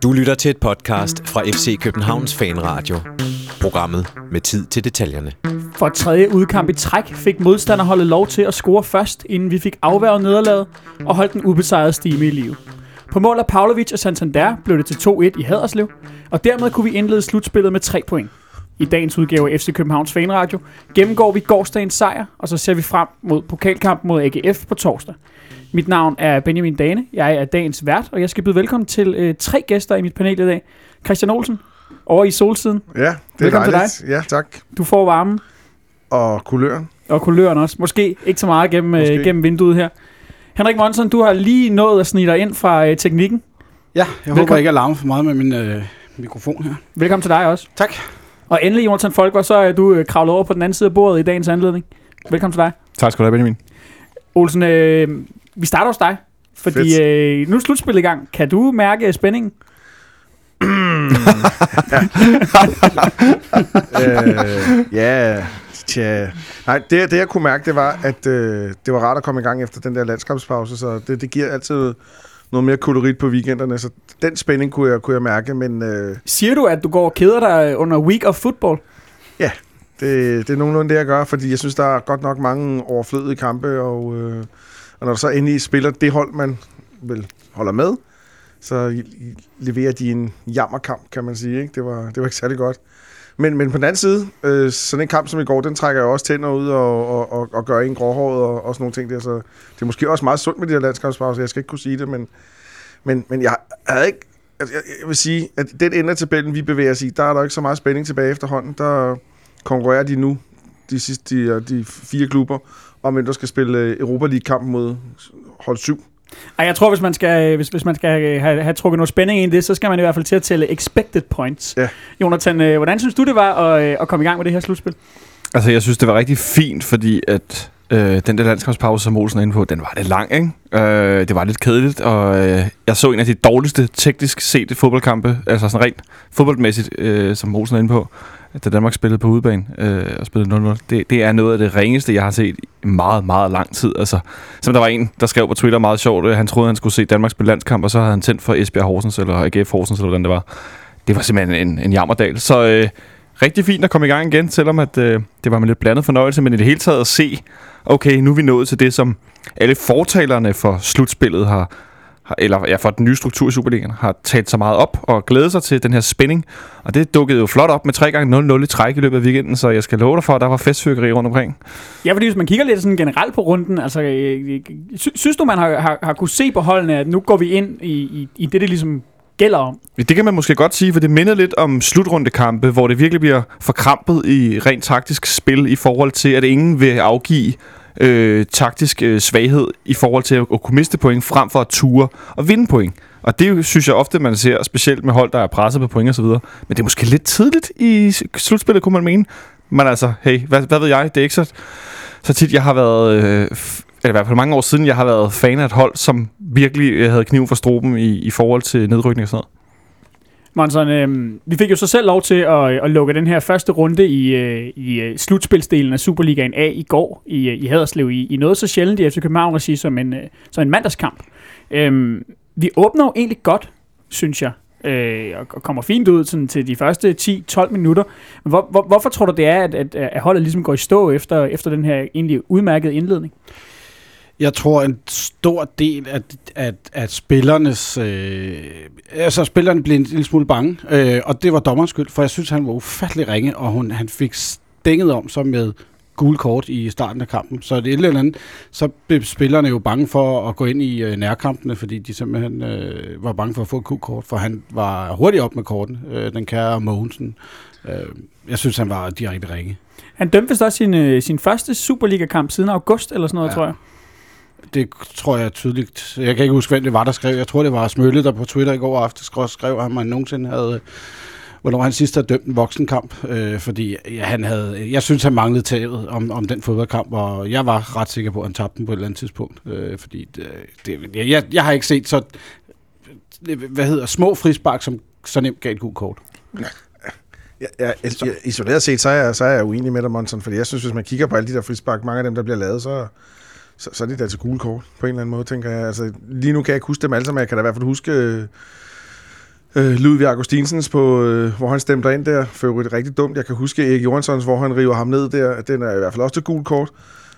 Du lytter til et podcast fra FC Københavns Fanradio. Programmet med tid til detaljerne. For tredje udkamp i træk fik modstanderholdet lov til at score først, inden vi fik afværget nederlaget og holdt den ubesejrede stime i live. På mål af Pavlovic og Santander blev det til 2-1 i Haderslev, og dermed kunne vi indlede slutspillet med 3 point. I dagens udgave af FC Københavns Fanradio gennemgår vi gårsdagens sejr, og så ser vi frem mod pokalkampen mod AGF på torsdag. Mit navn er Benjamin Dane, jeg er dagens vært, og jeg skal byde velkommen til 3 gæster i mit panel i dag. Christian Olsen, over i Solsiden. Ja, det er velkommen dejligt. til dig. Ja, tak. Du får varmen. Og kuløren. Og kuløren også. Måske ikke så meget gennem vinduet her. Henrik Monsen, du har lige nået at snige dig ind fra teknikken. Ja, jeg håber ikke at larme for meget med min mikrofon her. Velkommen til dig også. Tak. Og endelig, Jonathan Folker, så er du kravlet over på den anden side af bordet i dagens anledning. Velkommen til dig. Tak skal du have, Benjamin. Olsen, vi starter hos dig, fordi nu er slutspillet i gang. Kan du mærke spændingen? Tja. Nej, det jeg kunne mærke, det var, at det var rart at komme i gang efter den der landskampspause, så det giver altid noget mere kolorit på weekenderne, så den spænding kunne jeg mærke, men... Siger du, at du går og keder dig under Week of Football? Ja, det er nogenlunde det, jeg gør, fordi jeg synes, der er godt nok mange overflødige kampe, og når du så endelig spiller det hold, man vel holder med, så leverer de en jammerkamp, kan man sige. Ikke? Det var ikke særlig godt. Men på den anden side, sådan en kamp som i går, den trækker jeg også tænder ud og gør en gråhåret og sådan nogle ting der. Så det er måske også meget sundt med de her landskampspauser. Jeg skal ikke kunne sige det, men jeg havde ikke... Altså, jeg vil sige, at den ende af tabellen, vi bevæger os i, der er der ikke så meget spænding tilbage efterhånden. Der konkurrerer de nu, de 4 klubber, om hvem der skal spille Europa League-kampen mod hold 7. Ej, jeg tror, hvis man skal have trukket noget spænding ind i det, så skal man i hvert fald til at tælle expected points. Ja. Jonathan, hvordan synes du, det var at komme i gang med det her slutspil? Altså, jeg synes, det var rigtig fint, fordi at den der landskampspause, som Olsen er inde på, den var lidt lang, ikke? Det var lidt kedeligt, og jeg så en af de dårligste teknisk sete fodboldkampe, altså sådan rent fodboldmæssigt, som Olsen er inde på, da Danmark spillede på udebane og spillede 0-0. Det er noget af det ringeste, jeg har set i meget, meget lang tid. Altså, som der var en, der skrev på Twitter meget sjovt, han troede, han skulle se Danmark spille landskamp, og så havde han tændt for Esbjerg Horsens, eller AGF Horsens, eller hvordan det var. Det var simpelthen en jammerdal. Så rigtig fint at komme i gang igen, selvom at, det var med lidt blandet fornøjelse, men i det hele taget at se, okay, nu er vi nået til det, som alle fortalerne for slutspillet for den nye struktur i Superligaen har talt så meget op og glædet sig til den her spænding. Og det dukkede jo flot op med 3x0-0 i træk i løbet af weekenden, så jeg skal love dig for, at der var festfyrkeri rundt omkring. Ja, fordi hvis man kigger lidt sådan generelt på runden, altså synes du, man har kunne se på holdene, at nu går vi ind i det ligesom gælder om? Det kan man måske godt sige, for det minder lidt om slutrundekampe, hvor det virkelig bliver forkrampet i rent taktisk spil i forhold til, at ingen vil afgive taktisk svaghed i forhold til at kunne miste point frem for at ture og vinde point. Og det synes jeg ofte, man ser, specielt med hold, der er presset på point og så videre. Men det er måske lidt tidligt i slutspillet, kunne man mene. Men altså, hey, hvad ved jeg? Det er ikke så tit, jeg har været... eller i hvert fald mange år siden, jeg har været fan af et hold, som virkelig havde kniven for struben i forhold til nedrykning og sådan noget. Monson, vi fik jo så selv lov til at lukke den her første runde i slutspilsdelen af Superligaen af i går i Haderslev i noget så sjældent i FC København at sige som en mandagskamp. Vi åbner jo egentlig godt, synes jeg, og kommer fint ud sådan, til de første 10-12 minutter. Hvorfor tror du det er, at holdet ligesom går i stå efter den her egentlig udmærkede indledning? Jeg tror, en stor del af spillernes... spillerne blev en lille smule bange, og det var dommerens skyld, for jeg synes, han var ufattelig ringe, og han fik stænget om sig med gule kort i starten af kampen. Så det eller andet, så blev spillerne jo bange for at gå ind i nærkampene, fordi de simpelthen var bange for at få et kort, for han var hurtigt op med korten, den kære Mogensen. Jeg synes, han var direkte ringe. Han dømte vist også sin første Superliga-kamp siden august, eller sådan noget, tror jeg. Det tror jeg tydeligt. Jeg kan ikke huske, hvem det var, der skrev. Jeg tror, det var Smølle, der på Twitter i går aftes skrev, at man nogensinde havde... Hvornår han sidst havde dømt en voksenkamp. Fordi jeg synes, han manglede taget om den fodboldkamp, og jeg var ret sikker på, at han tabte den på et eller andet tidspunkt. Fordi jeg har ikke set så... små frispark, som så nemt gav et gult kort. Isoleret set, så er jeg uenig med dig, Monson, fordi jeg synes, hvis man kigger på alle de der frispark, mange af dem, der bliver lavet, så er det da til gule kort, på en eller anden måde, tænker jeg. Altså, lige nu kan jeg ikke huske dem alle sammen, men jeg kan da i hvert fald huske Ludvig Augustinsens på, hvor han stemte ind der, for øvrigt rigtig dumt. Jeg kan huske Erik Johanssons, hvor han river ham ned der. Den er i hvert fald også til gul kort.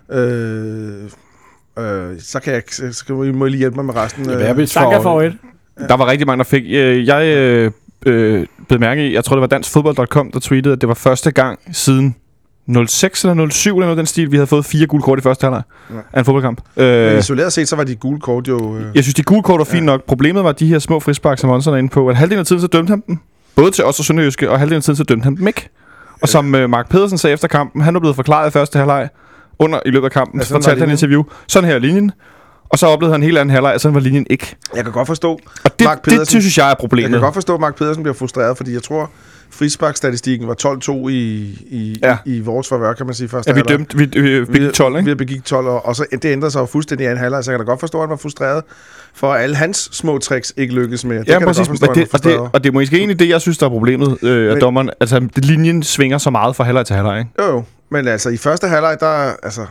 Så kan jeg, må I lige hjælpe mig med resten. Sanka får et. Der var rigtig mange, der fik. Jeg blev mærke i, jeg tror det var danskfodbold.com, der tweetede, at det var første gang siden 06 eller 07 eller noget den stil, vi havde fået 4 gule kort i første halvleg af en fodboldkamp. Men isoleret set, så var de gule kort jo... Jeg synes, de gule kort var fint nok. Problemet var de her små frispark, som Monson er inde på, at halvdelen af tiden så dømte han dem. Både til os og Sønderjyske, og halvdelen af tiden så dømte han dem ikke. Og som Mark Pedersen sagde efter kampen, han var blevet forklaret i første halvleg i løbet af kampen, så fortalte han i interview, sådan her er linjen. Og så oplevede han en helt anden halvleg, og sådan var linjen ikke. Jeg kan godt forstå... Og det synes jeg er problemet. Jeg kan godt forstå, at Mark Pedersen bliver frustreret, fordi jeg tror, frisparkstatistikken var 12-2 i vores favør, kan man sige, første halvleg. Vi begik 12, ikke? Vi begik 12, og så det ændrede sig jo fuldstændig i anden halvleg, så jeg kan da godt forstå, at han var frustreret, for alle hans små tricks ikke lykkes med. Ja, præcis. Og det er måske egentlig det, jeg synes, der er problemet af dommeren. Altså, linjen svinger så meget fra halvleg til halvleg, ikke? Jo, men altså, i første halvleg, der altså...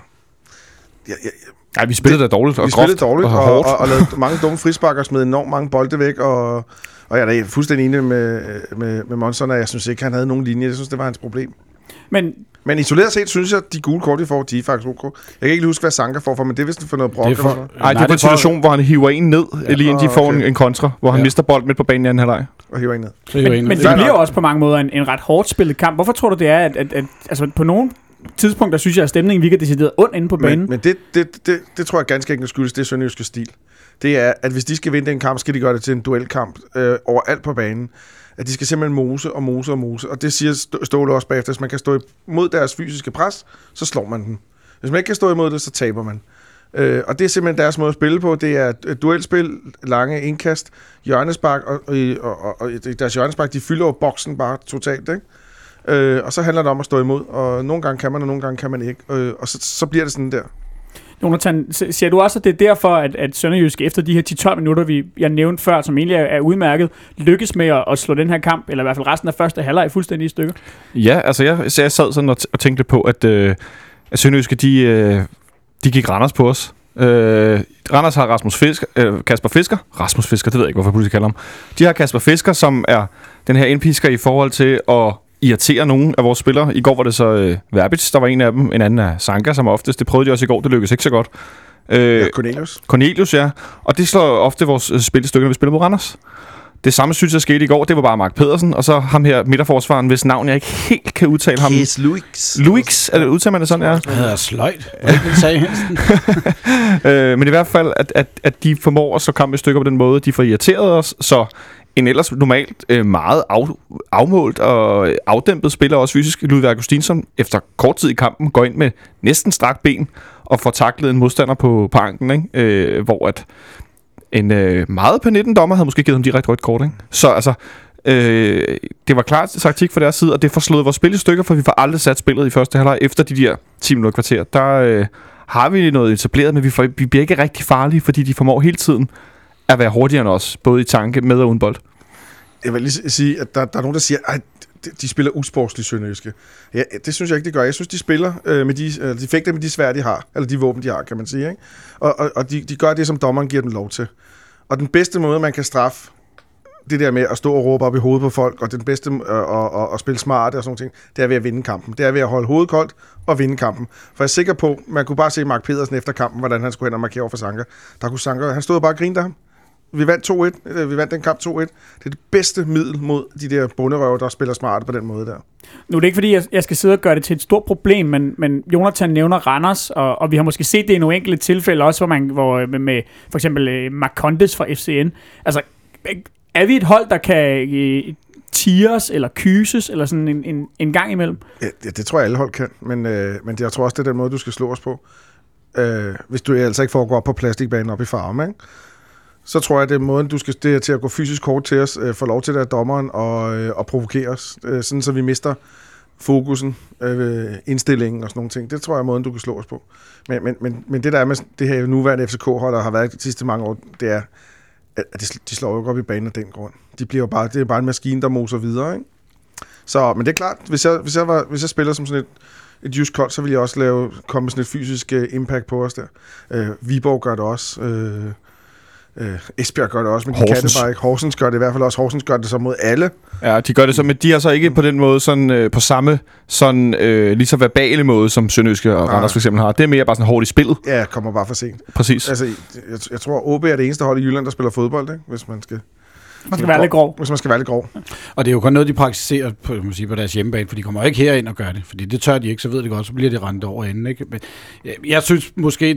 Ja, vi spillede da dårligt og groft og hårdt. Og lavede mange dumme frisparker og smed enormt mange bolde væk, og jeg er da fuldstændig enig med Monson, og jeg synes ikke, han havde nogen linje. Jeg synes, det var hans problem. Men isoleret set, synes jeg, at de gule kort, de får, de er faktisk ok. Jeg kan ikke lige huske, hvad Sanka får for, men det er vist for noget brok. Nej, det er en situation, hvor han hiver en ned, lige inden de får en kontra, hvor han mister bold midt på banen i anden halvleg. Og hiver en ned. Men det bliver jo også på mange måder en ret hårdt spillet kamp. Hvorfor tror du, det er, at altså på nogen tidspunkter synes jeg, at stemningen virker decideret ond inde på banen? Men det tror jeg ganske enkelt skyldes det sønderjyske stil. Det er, at hvis de skal vinde en kamp, skal de gøre det til en duelkamp overalt på banen. At de skal simpelthen mose. Og det siger Ståle også bagefter. Hvis man kan stå imod deres fysiske pres, så slår man den. Hvis man ikke kan stå imod det, så taber man. Og det er simpelthen deres måde at spille på. Det er et duelspil, lange indkast, hjørnespark, og deres hjørnespark, de fylder jo boksen bare totalt, ikke? Og så handler det om at stå imod, og nogle gange kan man, og nogle gange kan man ikke. Og så bliver det sådan der. Jonathan, siger du også, at det er derfor, at Sønderjyske efter de her 10-12 minutter, jeg nævnte før, som egentlig er udmærket, lykkes med at slå den her kamp, eller i hvert fald resten af første halvleg fuldstændig i stykker? Ja, altså jeg sad sådan og tænkte på, at Sønderjyske, de gik Randers på os. Randers har Kasper Fisker. Rasmus Fisker, det ved jeg ikke, hvorfor jeg pludselig kalder ham. De har Kasper Fisker, som er den her indpisker i forhold til at irritere nogle af vores spillere. I går var det så Verbitz, der var en af dem. En anden er Sanka, som oftest. Det prøvede de også i går, det lykkedes ikke så godt. Cornelius, ja. Og det slår ofte vores spillestykker, når vi spiller mod Randers. Det samme synes jeg skete i går, det var bare Mark Pedersen, og så ham her midterforsvaren, hvis navn jeg ikke helt kan udtale ham. Luix, er det udtaler man det sådan, ja? Det hedder sløjt. Men i hvert fald, at de formår at slå kamp i stykker på den måde, de får irriteret os, så en ellers normalt meget afmålt og afdæmpet spiller også fysisk, Ludvig Augustinsson, efter kort tid i kampen, går ind med næsten strakt ben og får taklet en modstander på anklen, ikke? Hvor at en meget på 19 dommer havde måske givet ham direkte rødt kort, ikke? Så altså, det var klart taktik fra deres side, og det forslået vores spil i stykker, for vi får aldrig sat spillet i første halvleg efter de der 10 minutter kvarter. Der har vi noget etableret, men vi bliver ikke rigtig farlige, fordi de formår hele tiden at være hurtigere end os, både i tanke, med og uden bold. Jeg vil lige sige, at der er nogen, der siger, at de spiller usportsligt sønderjyske. Ja, det synes jeg ikke, de gør. Jeg synes, de spiller med de fægter med de svær, de har, eller de våben, de har, kan man sige, ikke? Og de gør det, som dommeren giver dem lov til. Og den bedste måde, man kan straffe det der med at stå og råbe op i hovedet på folk, og den bedste at spille smart og sådan noget, det er ved at vinde kampen. Det er ved at holde hovedet koldt og vinde kampen. For jeg er sikker på, man kunne bare se Mark Pedersen efter kampen, hvordan han skulle hen og markere over for Sanka. Der kunne Sanka, han stod bare og grinede af ham. Vi vandt 2-1. Vi vandt den kamp 2-1. Det er det bedste middel mod de der bunderøve, der spiller smart på den måde der. Nu er det ikke, fordi jeg skal sidde og gøre det til et stort problem, men Jonathan nævner Randers, og vi har måske set det i nogle enkelte tilfælde også, hvor med for eksempel Marcondes fra FCN. Altså, er vi et hold, der kan tires eller kyses, eller sådan en gang imellem? Ja, det tror jeg alle hold kan, men jeg tror også, det er den måde, du skal slå os på. Hvis du altså ikke får at gå op på plastikbanen op i farven, ikke? Så tror jeg, det er måden, du skal til at gå fysisk hårdt til os, få lov til det af dommeren og provokere os, sådan så vi mister fokusen, indstillingen og sådan nogle ting. Det tror jeg er måden, du kan slå os på. Men det der er med det her nuværende FCK-hold, der har været de sidste mange år, det er, at de slår jo ikke op i banen af den grund. Det er bare en maskine, der moser videre, ikke? Så, men det er klart, hvis jeg spiller som sådan et jysk hold, så vil jeg også komme med sådan et fysisk impact på os der. Viborg gør det også. Esbjerg gør det også, men de Horsens. kan det bare ikke. Horsens gør det i hvert fald også. Horsens gør det så mod alle. Ja, de gør det så, men de er så ikke på den måde, sådan, på samme sådan, lige så verbale måde, som Sønderjyske og Randers for eksempel har. Det er mere bare sådan hårdt i spillet. Ja, kommer bare for sent. Præcis. Altså, jeg tror, OB er det eneste hold i Jylland, der spiller fodbold, ikke? Hvis man skal... Man skal være lidt grov. Hvis man skal være lidt grov. Og det er jo kun noget, de praktiserer på deres hjemmebane, for de kommer ikke herind og gør det. Fordi det tør de ikke, så ved de godt, så bliver de rendt over enden. Ikke? Men jeg synes måske,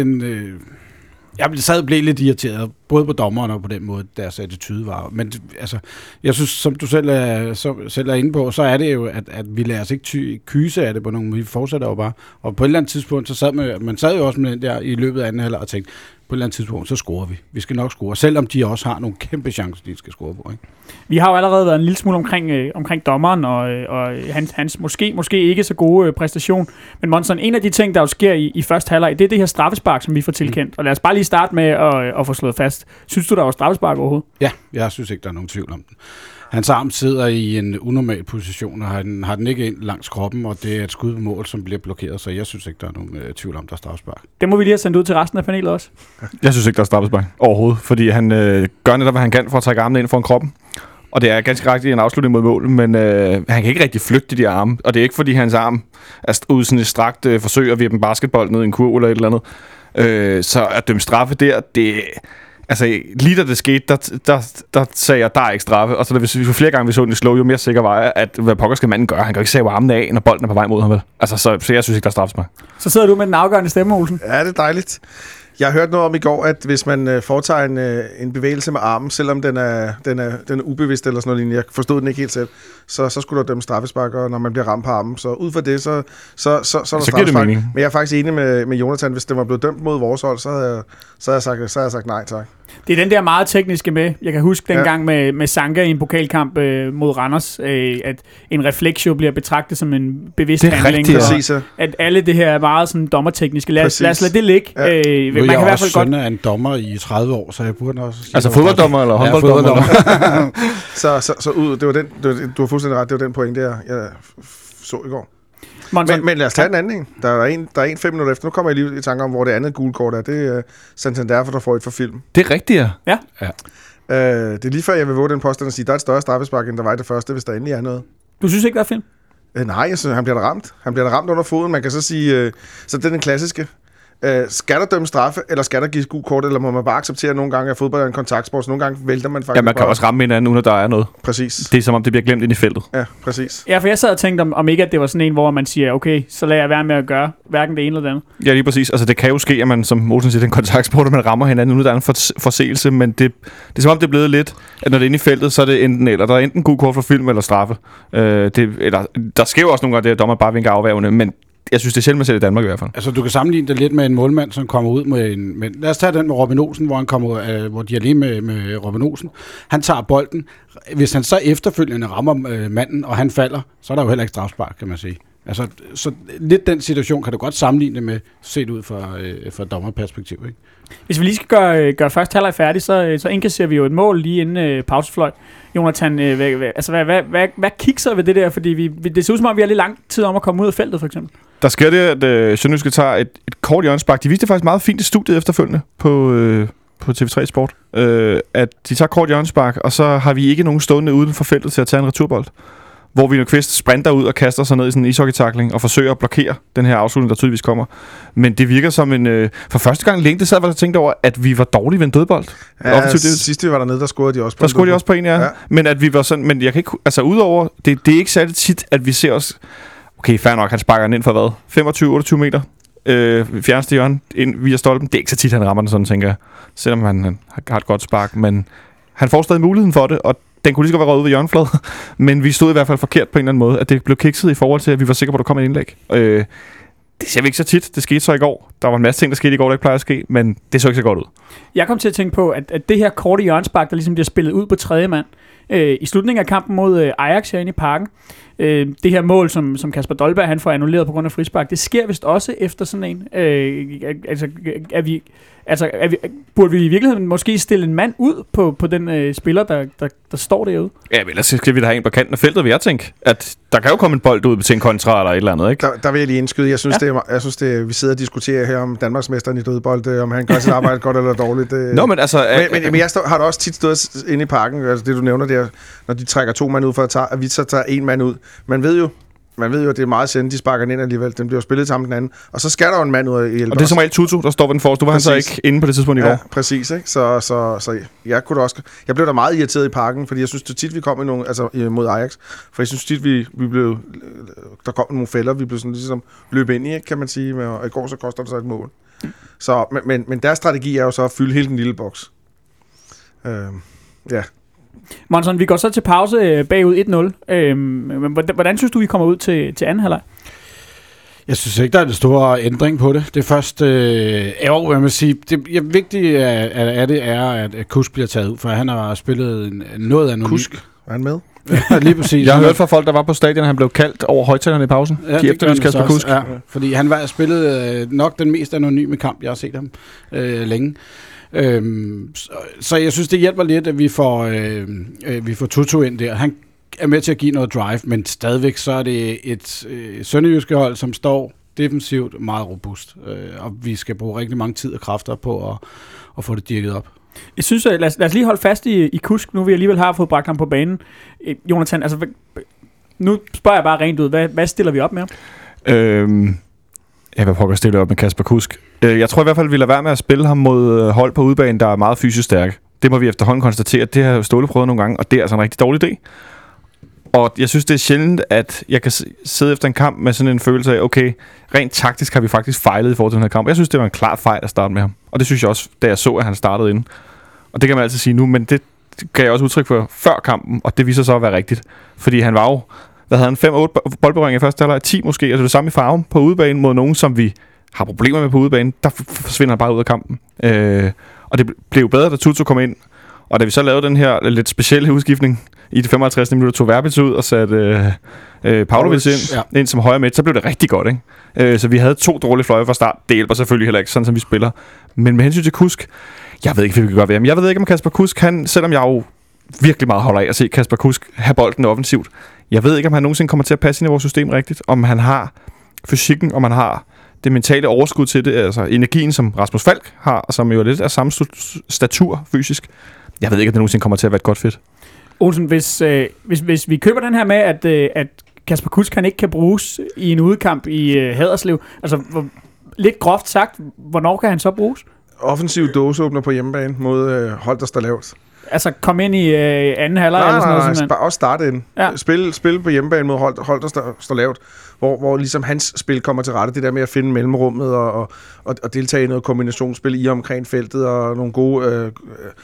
jeg blev lidt irriteret, både på dommeren og på den måde, deres attitude var. Men altså, jeg synes, som du selv er inde på, så er det jo, at vi lader os ikke kyse af det på nogen måde. Vi fortsætter jo bare. Og på et eller andet tidspunkt, så sad jo også med den der i løbet af anden halvleg og tænkte, på et eller andet tidspunkt, så scorer vi. Vi skal nok score, selvom de også har nogle kæmpe chancer, de skal score på. Ikke? Vi har jo allerede været en lille smule omkring dommeren og hans måske ikke så gode præstation. Men Monson, en af de ting, der jo sker i første halvleg, det er det her straffespark, som vi får tilkendt. Og lad os bare lige starte med at få slået fast. Synes du, der var straffespark overhovedet? Ja, jeg synes ikke, der er nogen tvivl om den. Hans arm sidder i en unormal position, og har den ikke ind langs kroppen, og det er et skud på mål, som bliver blokeret, så jeg synes ikke, der er nogen tvivl om, der er straffespark. Det må vi lige have sendt ud til resten af panelet også. Jeg synes ikke, der er straffespark overhovedet, fordi han gør netop, hvad han kan for at trække armene ind foran kroppen. Og det er ganske rigtigt en afslutning mod mål, men han kan ikke rigtig flytte de arme. Og det er ikke, fordi hans arm er ude sådan et strakt forsøg at vippe en basketball ned i en kurv eller et eller andet. Så at dømme straffe der, det... Altså, lige da det skete, der sagde jeg, der er ikke straffe. Og så jo flere gange vi så den i slow, jo mere sikker var jeg, at hvad pokker skal manden gøre. Han kan jo ikke save armene af, når bolden er på vej mod ham. Vel? Altså, så jeg synes ikke, der er straffespark. Så sidder du med den afgørende stemme, Olsen. Ja, det er dejligt. Jeg hørte noget om i går, at hvis man foretager en bevægelse med armen, selvom den er ubevidst eller sådan noget lignende, jeg forstod den ikke helt selv, så skulle der dømme straffespark, når man bliver ramt på armen. Så ud fra det, så er der straffespark. Men jeg er faktisk enig med Jonathan, hvis det var blevet dømt mod vores hold, så havde jeg sagt nej tak. Det er den der meget tekniske med. Jeg kan huske dengang med Sanka i en pokalkamp mod Randers, at en refleks jo bliver betragtet som en bevidst handling. Det er rigtigt, at alle det her er meget sådan dommertekniske. Lad os lade det ligge. Ja. Man kan i hvert fald godt... Jeg er en dommer i 30 år, så jeg burde også... Altså fodbolddommer eller håndbolddommer? Så ud, det var den, du har fuldstændig ret, det var den point, der jeg så i går. Men lad os tage en anden en. Der er en 5 minutter efter. Nu kommer jeg lige i tanke om, hvor det andet gule kort er. Det er Santander, der får et for film. Det er rigtigt, ja. Det er lige før, jeg vil våge den påstand og sige, der er et større straffespark, end der var i det første, hvis der endelig er noget. Du synes ikke, der er film? Nej, jeg synes, han bliver da ramt. Han bliver da ramt under foden. Man kan så sige, så det er den klassiske. Skal der dømme straffe, eller skal der gives gult kort, eller må man bare acceptere nogle gange, at fodbold er en kontaktsport, så nogle gange vælter man faktisk. Ja, man kan også ramme hinanden, uden at der er noget. Præcis. Det er som om, det bliver glemt ind i feltet. Ja, præcis. Ja, for jeg sad og tænkte, om ikke, at det var sådan en, hvor man siger, okay, så lader jeg være med at gøre hverken det ene eller det andet. Ja, lige præcis. Altså, det kan jo ske, at man, som Morten siger, det er en kontaktsport, at man rammer hinanden, uden at der er en forseelse, men det er som om, det er blevet lidt, at når det er inde i feltet, så er det enten eller. Der er enten gult kort for film eller straffe. Der sker jo også nogle gange, det at dommer bare vinker afværgende, men jeg synes, det er sjældent, man ser det i Danmark i hvert fald. Altså, du kan sammenligne det lidt med en målmand, som kommer ud med en... Men lad os tage den med Robin Olsen, hvor de er lige med Robin Olsen. Han tager bolden. Hvis han så efterfølgende rammer manden, og han falder, så er der jo heller ikke strafspark, kan man sige. Altså, så lidt den situation kan du godt sammenligne det med, set ud fra dommerperspektiv, ikke? Hvis vi lige skal gøre første halvleg færdig, så indkasserer vi jo et mål lige inden pausefløjt. Jonathan, hvad kikser ved det der? Fordi det ser ud som om, vi har lidt lang tid om at komme ud af feltet, for eksempel. Der sker det, at Sønderjyske tager et kort hjørnespark. De viste det faktisk meget fint i studiet efterfølgende på TV3 Sport. At de tager kort hjørnespark, og så har vi ikke nogen stående uden for feltet til at tage en returbold. Hvor Vino Kvist sprinter ud og kaster sig ned i sådan en ishockey-tackling og forsøger at blokere den her afslutning, der tydeligvis kommer. Men det virker som en... for første gang længe, det sad, hvor jeg tænkte over, at vi var dårlige ved en dødbold. Ja, sidst vi var dernede, der scorede de også på en. Der scorede de også på en, ja. Men at vi var sådan... Men jeg kan ikke... Altså, udover... Det er ikke særlig tit, at vi ser os... Okay, fair nok, han sparker den ind for hvad? 25-28 meter. Fjerneste hjørne ind via stolpen. Det er ikke så tit, han rammer den sådan, tænker jeg. Selvom han har et godt spark. Men han får stadig muligheden for det, og den kunne lige så godt være ude ved hjørnefladen, men vi stod i hvert fald forkert på en eller anden måde, at det blev kikset i forhold til, at vi var sikre på, at der kom et indlæg. Det ser vi ikke så tit. Det skete så i går. Der var en masse ting, der skete i går, der ikke plejer at ske, men det så ikke så godt ud. Jeg kom til at tænke på, at det her korte hjørnespark, der ligesom bliver spillet ud på tredje mand, i slutningen af kampen mod Ajax herinde i parken, det her mål, som Kasper Dolberg han får annulleret på grund af frispark, det sker vist også efter sådan en. Altså, burde vi i virkeligheden måske stille en mand ud på den spiller, der står derude? Ja, men ellers skal vi da have en på kanten af feltet, vil jeg tænke. At der kan jo komme en bold ud til en kontra eller et eller andet, ikke? Der vil jeg lige indskyde. Jeg synes, vi sidder og diskuterer her om Danmarksmesteren i dødbold, om han gør sit arbejde godt eller dårligt. Nå, men altså... Men jeg har da også tit stået inde i parken, altså det du nævner der, når de trækker 2 mand ud for at vi så tager 1 mand ud. Man ved jo, at det er meget sjældent, de sparker den ind alligevel. Den bliver spillet sammen den anden. Og så skal der jo en mand ud af hjælpe. Og det er som regel Tutu, der står ved den forrest. Du var han så ikke inde på det tidspunkt i går. Ja, præcis. Ikke? Så jeg kunne da også... Jeg blev da meget irriteret i parken, fordi jeg synes det tit, vi kom i nogle, altså mod Ajax. For jeg synes tit, vi blev... Der kom nogle fælder, vi blev sådan ligesom løb ind i, kan man sige. Og i går så koster det så et mål. Så, men deres strategi er jo så at fylde hele den lille boks. Ja. Monson, vi går så til pause bagud 1-0. Hvordan synes du, vi kommer ud til anden halvleg? Jeg synes ikke, der er en stor ændring på det. Det første, jeg vil sige, det vigtige af det er, at Kusk bliver taget ud, for han har spillet noget anonym. Kusk, er han med? Ja, lige præcis. Jeg har hørt fra folk, der var på stadion, han blev kaldt over højtalerne i pausen. Ja, de efterlyste Kasper Kusk. Ja, fordi han var spillet nok den mest anonyme kamp, jeg har set ham længe. Så jeg synes, det hjælper lidt, at vi får Tutu ind der. Han er med til at give noget drive, men stadigvæk så er det et sønderjyske hold, som står defensivt meget robust. Og vi skal bruge rigtig mange tid og kræfter på at få det dirket op. Jeg synes, lad os lige holde fast i Kusk, nu vi alligevel har fået bragt ham på banen. Jonathan, altså, nu spørger jeg bare rent ud, hvad stiller vi op med ham? Jeg vil prøve at stille op med Kasper Kusk. Jeg tror i hvert fald, vi lader være med at spille ham mod hold på udbanen, der er meget fysisk stærke. Det må vi efterhånden konstatere. Det har Ståle prøvet nogle gange, og det er altså en rigtig dårlig idé. Og jeg synes, det er sjældent, at jeg kan sidde efter en kamp med sådan en følelse af, okay, rent taktisk har vi faktisk fejlet i forhold til den her kamp. Jeg synes, det var en klar fejl at starte med ham. Og det synes jeg også, da jeg så, at han startede inden. Og det kan man altid sige nu, men det gav jeg også udtryk for før kampen, og det viser så at være rigtigt. Fordi han var jo, hvad havde han, 5-8 boldberøringer i første halvleg, 10 måske, altså det samme i farven på udebanen mod nogen, som vi har problemer med på udebanen, der forsvinder han bare ud af kampen. Og det blev bedre, da Tutu kom ind. Og da vi så lavede den her lidt specielle udskiftning i de 55 minutter, tog Verbitz ud og satte Pavlovic ind som højre midt, så blev det rigtig godt, ikke? Så vi havde 2 dårlige fløje fra start. Det hjælper selvfølgelig heller ikke, sådan som vi spiller. Men med hensyn til Kusk, jeg ved ikke, hvad vi kan gøre ved ham. Jeg ved ikke, om Kasper Kusk, selvom jeg jo virkelig meget holder af at se Kasper Kusk have bolden offensivt, jeg ved ikke, om han nogensinde kommer til at passe ind i vores system rigtigt. Om han har fysikken, om han har det mentale overskud til det, altså energien, som Rasmus Falk har, og som jo lidt er samme statur fysisk. Jeg ved ikke, om det nogensinde kommer til at være et godt fedt. Olsen, hvis vi køber den her med, at Kasper Kusk han ikke kan bruges i en udekamp i Haderslev, altså lidt groft sagt, hvornår kan han så bruges? Offensiv dåseåbner på hjemmebane mod hold, der står lavt. Altså kom ind i anden halvleg eller sådan noget? Nej, også starte ind. Ja. Spil på hjemmebane mod hold, der står lavt, hvor ligesom hans spil kommer til rette. Det der med at finde mellemrummet og deltage i noget kombinationsspil i omkring feltet og nogle gode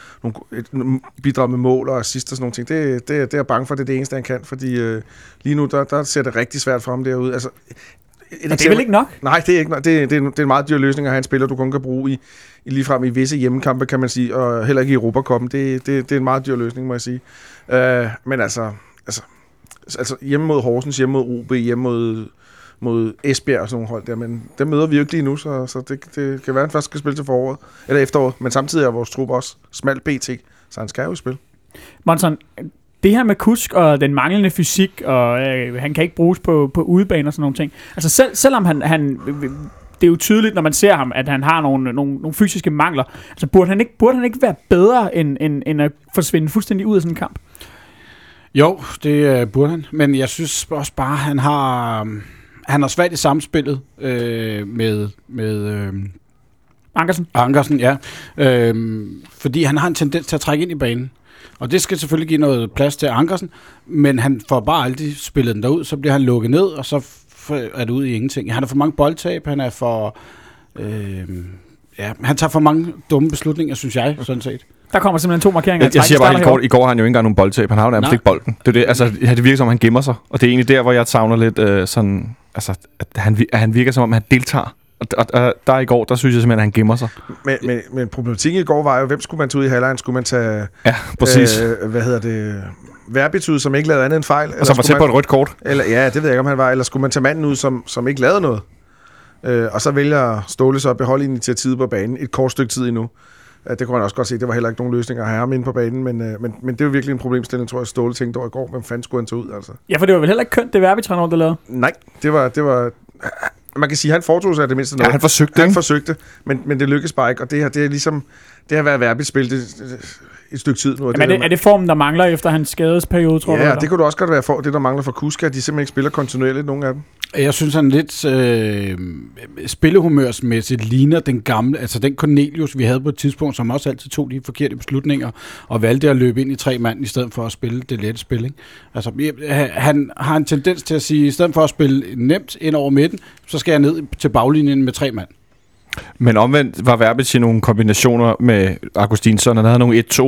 bidrag med mål og assist og sådan nogle ting. Det er jeg bange for, det er det eneste, han kan, fordi lige nu, der ser det rigtig svært for ham derude. Altså, det er vel ikke nok? Nej, det er ikke nok. Det er en meget dyr løsning at have en spiller, du kun kan bruge i ligefrem i visse hjemmekampe, kan man sige, og heller ikke i Europacupen. Det er en meget dyr løsning, må jeg sige. Men altså hjemme mod Horsens, hjemme mod OB, hjemme mod Esbjerg og sådan nogle hold der, men dem møder vi jo ikke lige nu, så det kan være, at han først skal spille til foråret, eller efteråret, men samtidig er vores trup også smalt BT, så han skal jo spille. Monson, det her med Kusk og den manglende fysik, og han kan ikke bruges på udebane og sådan nogle ting. Altså selvom han det er jo tydeligt, når man ser ham, at han har nogle fysiske mangler. Altså burde han ikke være bedre end at forsvinde fuldstændig ud af sådan en kamp? Jo, det burde han. Men jeg synes også bare, han har svært i samspillet med Ankersen, ja. Fordi han har en tendens til at trække ind i banen. Og det skal selvfølgelig give noget plads til Ankersen, men han får bare aldrig spillet den derud, så bliver han lukket ned, og så er det ud i ingenting. Han har for mange boldtab, han er for... han tager for mange dumme beslutninger, synes jeg, sådan set. Der kommer simpelthen 2 markeringer. Jeg siger bare helt kort, i går har han jo ikke engang nogen boldtab. Han har jo nærmest ikke bolden. Det er det, altså, det virker som om, han gemmer sig. Og det er egentlig der, hvor jeg savner lidt sådan... Altså, at han virker som om, han deltager. Og der i går, der synes jeg simpelthen, at han gemmer sig. Men problematikken i går var jo, hvem skulle man tage ud i halvlejen? Skulle man tage... Ja, præcis. Verbitz ud, som ikke lavede andet end fejl? Og som var tæt på et rødt kort? Eller, ja, det ved jeg ikke, om han var. Eller skulle man tage manden ud, som ikke lavede noget? Og så vælger Ståle så at beholde initiativet på banen et kort stykke tid endnu. Det kunne man også godt se, det var heller ikke nogen løsning at have ham inde på banen, men det er jo virkelig en problemstilling, tror jeg, Ståle tænkte over i går. Hvem fanden skulle han tage ud, altså? Ja, for det var vel heller ikke kønt, det Verbi-træner, der lavede? Nej, det var man kan sige, at han foretog sig det mindste noget. Ja, han forsøgte. Han forsøgte, men det lykkedes bare ikke, og det er ligesom, det har været Verbi-spil et stykke tid nu. Jamen, er det formen, der mangler efter hans skadesperiode, tror du? Ja, det kunne du også godt være det, der mangler for Kuska, at de simpelthen ikke spiller kontinuerligt, nogle af dem. Jeg synes, han lidt spillehumørsmæssigt ligner den gamle, altså den Cornelius, vi havde på et tidspunkt, som også altid tog de forkerte beslutninger, og valgte at løbe ind i 3 mand, i stedet for at spille det lette spil. Ikke? Altså, han har en tendens til at sige, i stedet for at spille nemt ind over midten, så skal jeg ned til baglinjen med 3 mand. Men omvendt var Verbic i nogle kombinationer med Augustinsson. Han havde nogle 1-2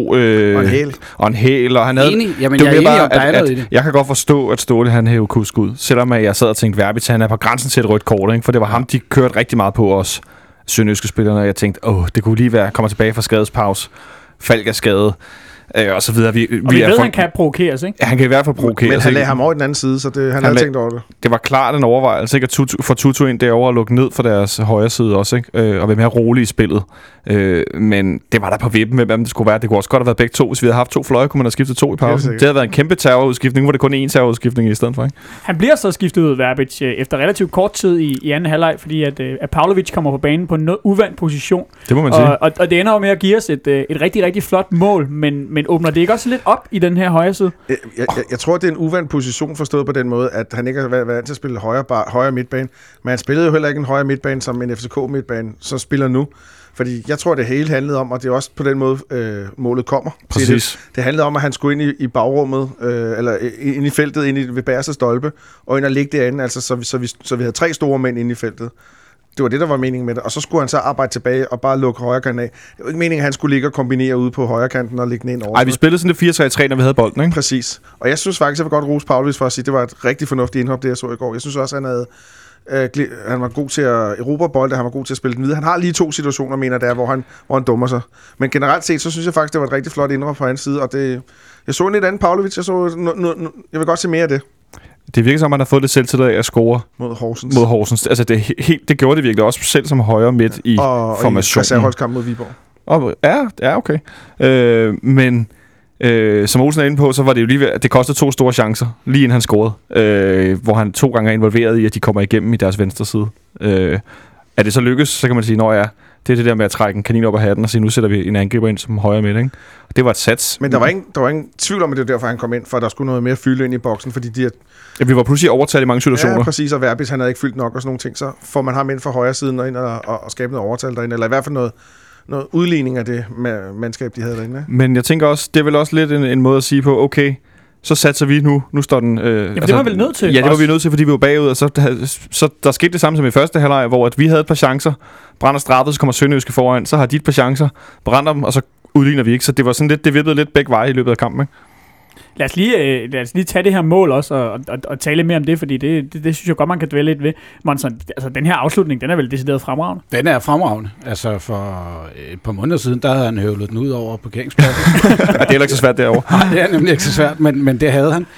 og en hæl. Og han havde, enig. Jamen, jeg er enig om, der er noget i det. Jeg kan godt forstå, at Ståle han hævde Kusk ud. Selvom jeg sad og tænkte, Verbic han er på grænsen til et rødt kort. Ikke? For det var ham, de kørte rigtig meget på os sønderjyske spillerne. Og jeg tænkte, det kunne lige være, kommer tilbage fra skadespause. Falk er skadet. Og så videre. Vi ved, han kan provokeres, ikke? Ja, han kan i hvert fald provokeres. Men han lagde ham over i den anden side, så han havde tænkt over det. Det var klart en overvejelse, ikke? At få Tutu ind derovre og lukke ned for deres højre side også, ikke? Og være mere rolig i spillet. Men det var der på vippen med, hvem det skulle være. Det kunne også godt have været begge to. Hvis vi havde haft 2 fløje, kunne man have skiftet 2 i pausen. Det havde været en kæmpe terrorudskiftning. Nu var det kun 1 terrorudskiftning i stedet for, ikke? Han bliver så skiftet ud, Verbic, efter relativt kort tid i anden halvleg, fordi at Pavlovic kommer på banen på en uvandt position. Det må man sige. Og det ender jo med at give os et rigtig, rigtig flot mål, men åbner det ikke også lidt op i den her højre side? Jeg tror, det er en uvandt position forstået på den måde, at han ikke har været vant til at spille højre midtbane, men han spillede jo heller ikke en højre midtbane som en FCK midtbane, så spiller nu. Fordi jeg tror, det hele handlede om, og det er også på den måde, målet kommer. Præcis. Det handlede om, at han skulle ind i bagrummet, eller ind i feltet, ind ved bagerste stolpe, og ind og ligge derinde, altså, så vi havde 3 store mænd inde i feltet. Det var det, der var meningen med det. Og så skulle han så arbejde tilbage og bare lukke højre kanten af. Det var ikke meningen, at han skulle ligge og kombinere ude på højre kanten og ligge den ind over. Nej, vi spillede sådan det 4-3-3, når vi havde bolden, ikke? Præcis. Og jeg synes faktisk, jeg vil godt rose Pavlovic for at sige, at det var et rigtig fornuftigt indhop, det jeg så i går. Jeg synes også, han var god til at erobre bolden, han var god til at spille den videre. Han har lige 2 situationer, mener der, hvor han dummer sig. Men generelt set, så synes jeg faktisk, det var et rigtig flot indhop på hans side. Og jeg så en lidt anden Pavlovic. Jeg vil godt se mere af det. Det virker som, at man har fået det selvtillid af at score mod Horsens. Altså, det gjorde det virkelig også selv som højre midt i formationen. Og i reserveholdskamp mod Viborg. Ja, okay. Men som Olsen er inde på, så var det jo lige ved, at det kostede 2 store chancer, lige inden han scorede. Hvor han 2 gange er involveret i, at de kommer igennem i deres venstre side. Er det så lykkes, så kan man sige, det er det der med at trække en kanin op af hatten og sige, nu sætter vi en angriber ind som højre midt, ikke? Og det var et sats. Men der var ingen tvivl om, at det var derfor, han kom ind, for der skulle noget mere fylde ind i boksen, fordi vi var pludselig overtaget i mange situationer. Ja, præcis, og Verbis, han havde ikke fyldt nok og sådan nogle ting, så får man ham ind fra højre siden og ind og skabe noget overtal derinde, eller i hvert fald noget udligning af det mandskab, de havde derinde. Men jeg tænker også, det er vel også lidt en måde at sige på, okay, så satser vi nu står den... det var vel nødt til. Ja, det var vi nødt til, fordi vi var bagud, og så der skete det samme som i første halvleg, hvor at vi havde et par chancer, brænder straffet, så kommer Sønderjyske foran, så har de et par chancer, brænder dem, og så udligner vi ikke. Så det var sådan lidt, det vippede lidt begge veje i løbet af kampen, ikke? Lad os lige tage det her mål også og tale mere om det, fordi det synes jeg godt, man kan dvæle lidt ved. Monson, altså den her afslutning, den er vel decideret fremragende? Den er fremragende. Altså for et par måneder siden, der havde han høvlet den ud over parkeringspladsen. Det er heller ikke så svært derovre. Nej, det er nemlig ikke så svært, men det havde han.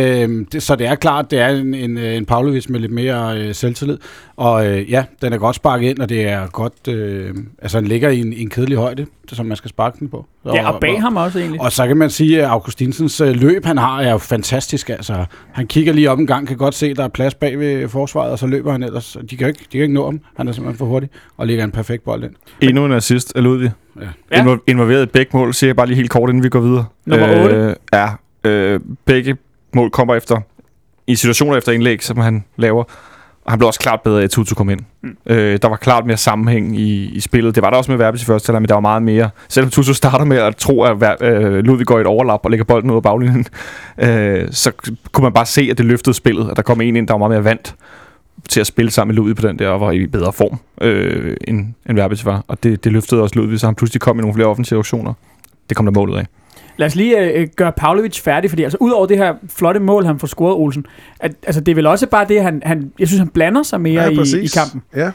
Så det er klart, det er en Pavlovic med lidt mere selvtillid. Og den er godt sparket ind, og det er godt... altså, den ligger i en kedelig højde, som man skal sparke den på. Og bag ham også egentlig. Og så kan man sige, at Augustinsens løb, han har, er jo fantastisk. Altså, han kigger lige op en gang, kan godt se, at der er plads bag ved forsvaret, og så løber han ellers. De kan ikke nå ham. Han er simpelthen for hurtig, og lægger en perfekt bold ind. Endnu en assist af Ludvig. Ja. Involveret i begge mål, siger jeg bare lige helt kort, inden vi går videre. Nummer 8. Begge mål kommer i situationer efter indlæg, som han laver. Og han blev også klart bedre, at Tutu kom ind. Der var klart mere sammenhæng i spillet. Det var der også med Verbis i første halvleg, men der var meget mere. Selvom Tutu starter med at tro, at Ludvig går i et overlap og lægger bolden ud af baglinjen, så kunne man bare se, at det løftede spillet. At der kom en ind, der var meget mere vant til at spille sammen med Ludvig på den der, og var i bedre form, end Verbis var. Og det løftede også Ludvig, så han pludselig kom i nogle flere offensive aktioner. Det kom der målet af. Lad os lige gøre Pavlovic færdig, fordi altså udover det her flotte mål, han får scoret, Olsen, altså det er vel også bare det, jeg synes, han blander sig mere i kampen. Ja,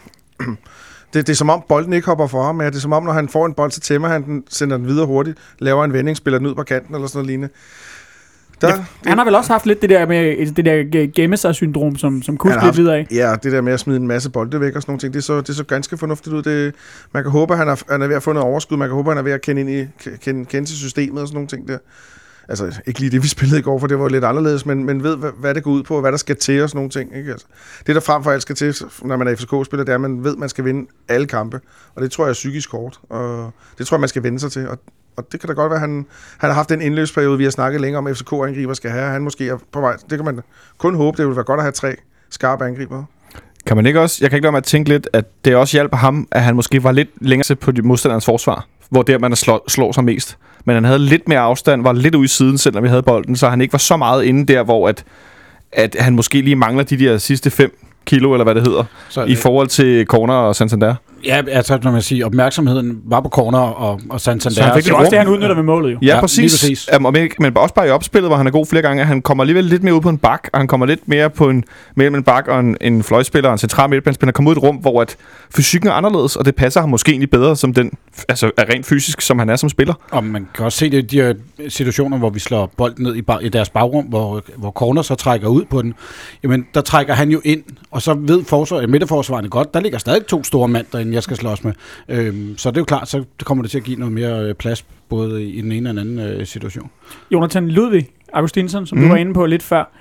det er som om bolden ikke hopper for ham, men det er som om, når han får en bold, så tæmmer han den, sender den videre hurtigt, laver en vending, spiller den ud på kanten eller sådan noget lignende. Han har vel også haft lidt det der med det der gemme sig syndrom, som Kusk lidt videre af. Ja, det der med at smide en masse bolde væk og sådan nogle ting, det så ganske fornuftigt ud. Man kan håbe, at han er ved at få noget overskud. Man kan håbe, at han er ved at kende til systemet og sådan nogle ting der. Altså, ikke lige det, vi spillede i går, for det var lidt anderledes, men ved, hvad det går ud på, og hvad der skal til og sådan nogle ting. Ikke? Altså, det, der frem for alt skal til, når man er FCK-spiller, det er, at man ved, at man skal vinde alle kampe. Og det tror jeg er psykisk hårdt, og det tror jeg, man skal vende sig til. Og det kan da godt være, at han har haft den indløbsperiode, vi har snakket længere om, FCK-angriber skal have. Han måske er på vej. Det kan man kun håbe, det ville være godt at have 3 skarpe angriber. Kan man ikke også? Jeg kan ikke lade mig at tænke lidt, at det også hjælper ham, at han måske var lidt længere til på modstanderens forsvar, hvor der man slår sig mest. Men han havde lidt mere afstand, var lidt ude i siden, selvom vi havde bolden, så han ikke var så meget inde der, hvor at han måske lige mangler de der sidste 5 kilo, eller hvad det hedder, så, i forhold til Corner og Santander. Ja, altså, når man siger, opmærksomheden var på Corner og Santander. Så han fik det også det, han udnytter ved målet, jo. Ja, præcis. Men også bare i opspillet, hvor han er god flere gange. Han kommer alligevel lidt mere ud på en bak, og han kommer lidt mere på mellem en bak og en fløjspiller og en central midtbanespiller. Han kommer ud i et rum, hvor at fysikken er anderledes, og det passer ham måske egentlig bedre som den, altså er rent fysisk, som han er som spiller. Og man kan også se det i de her situationer, hvor vi slår bolden ned i deres bagrum, hvor Corner så trækker ud på den. Jamen, der trækker han jo ind, og så ved midterforsvarerne godt, der ligger stadig 2 store mand derinde, jeg skal slås med. Så det er jo klart, så kommer det til at give noget mere plads, både i den ene og den anden situation. Jonathan Ludvig Augustinsson, som du var inde på lidt før.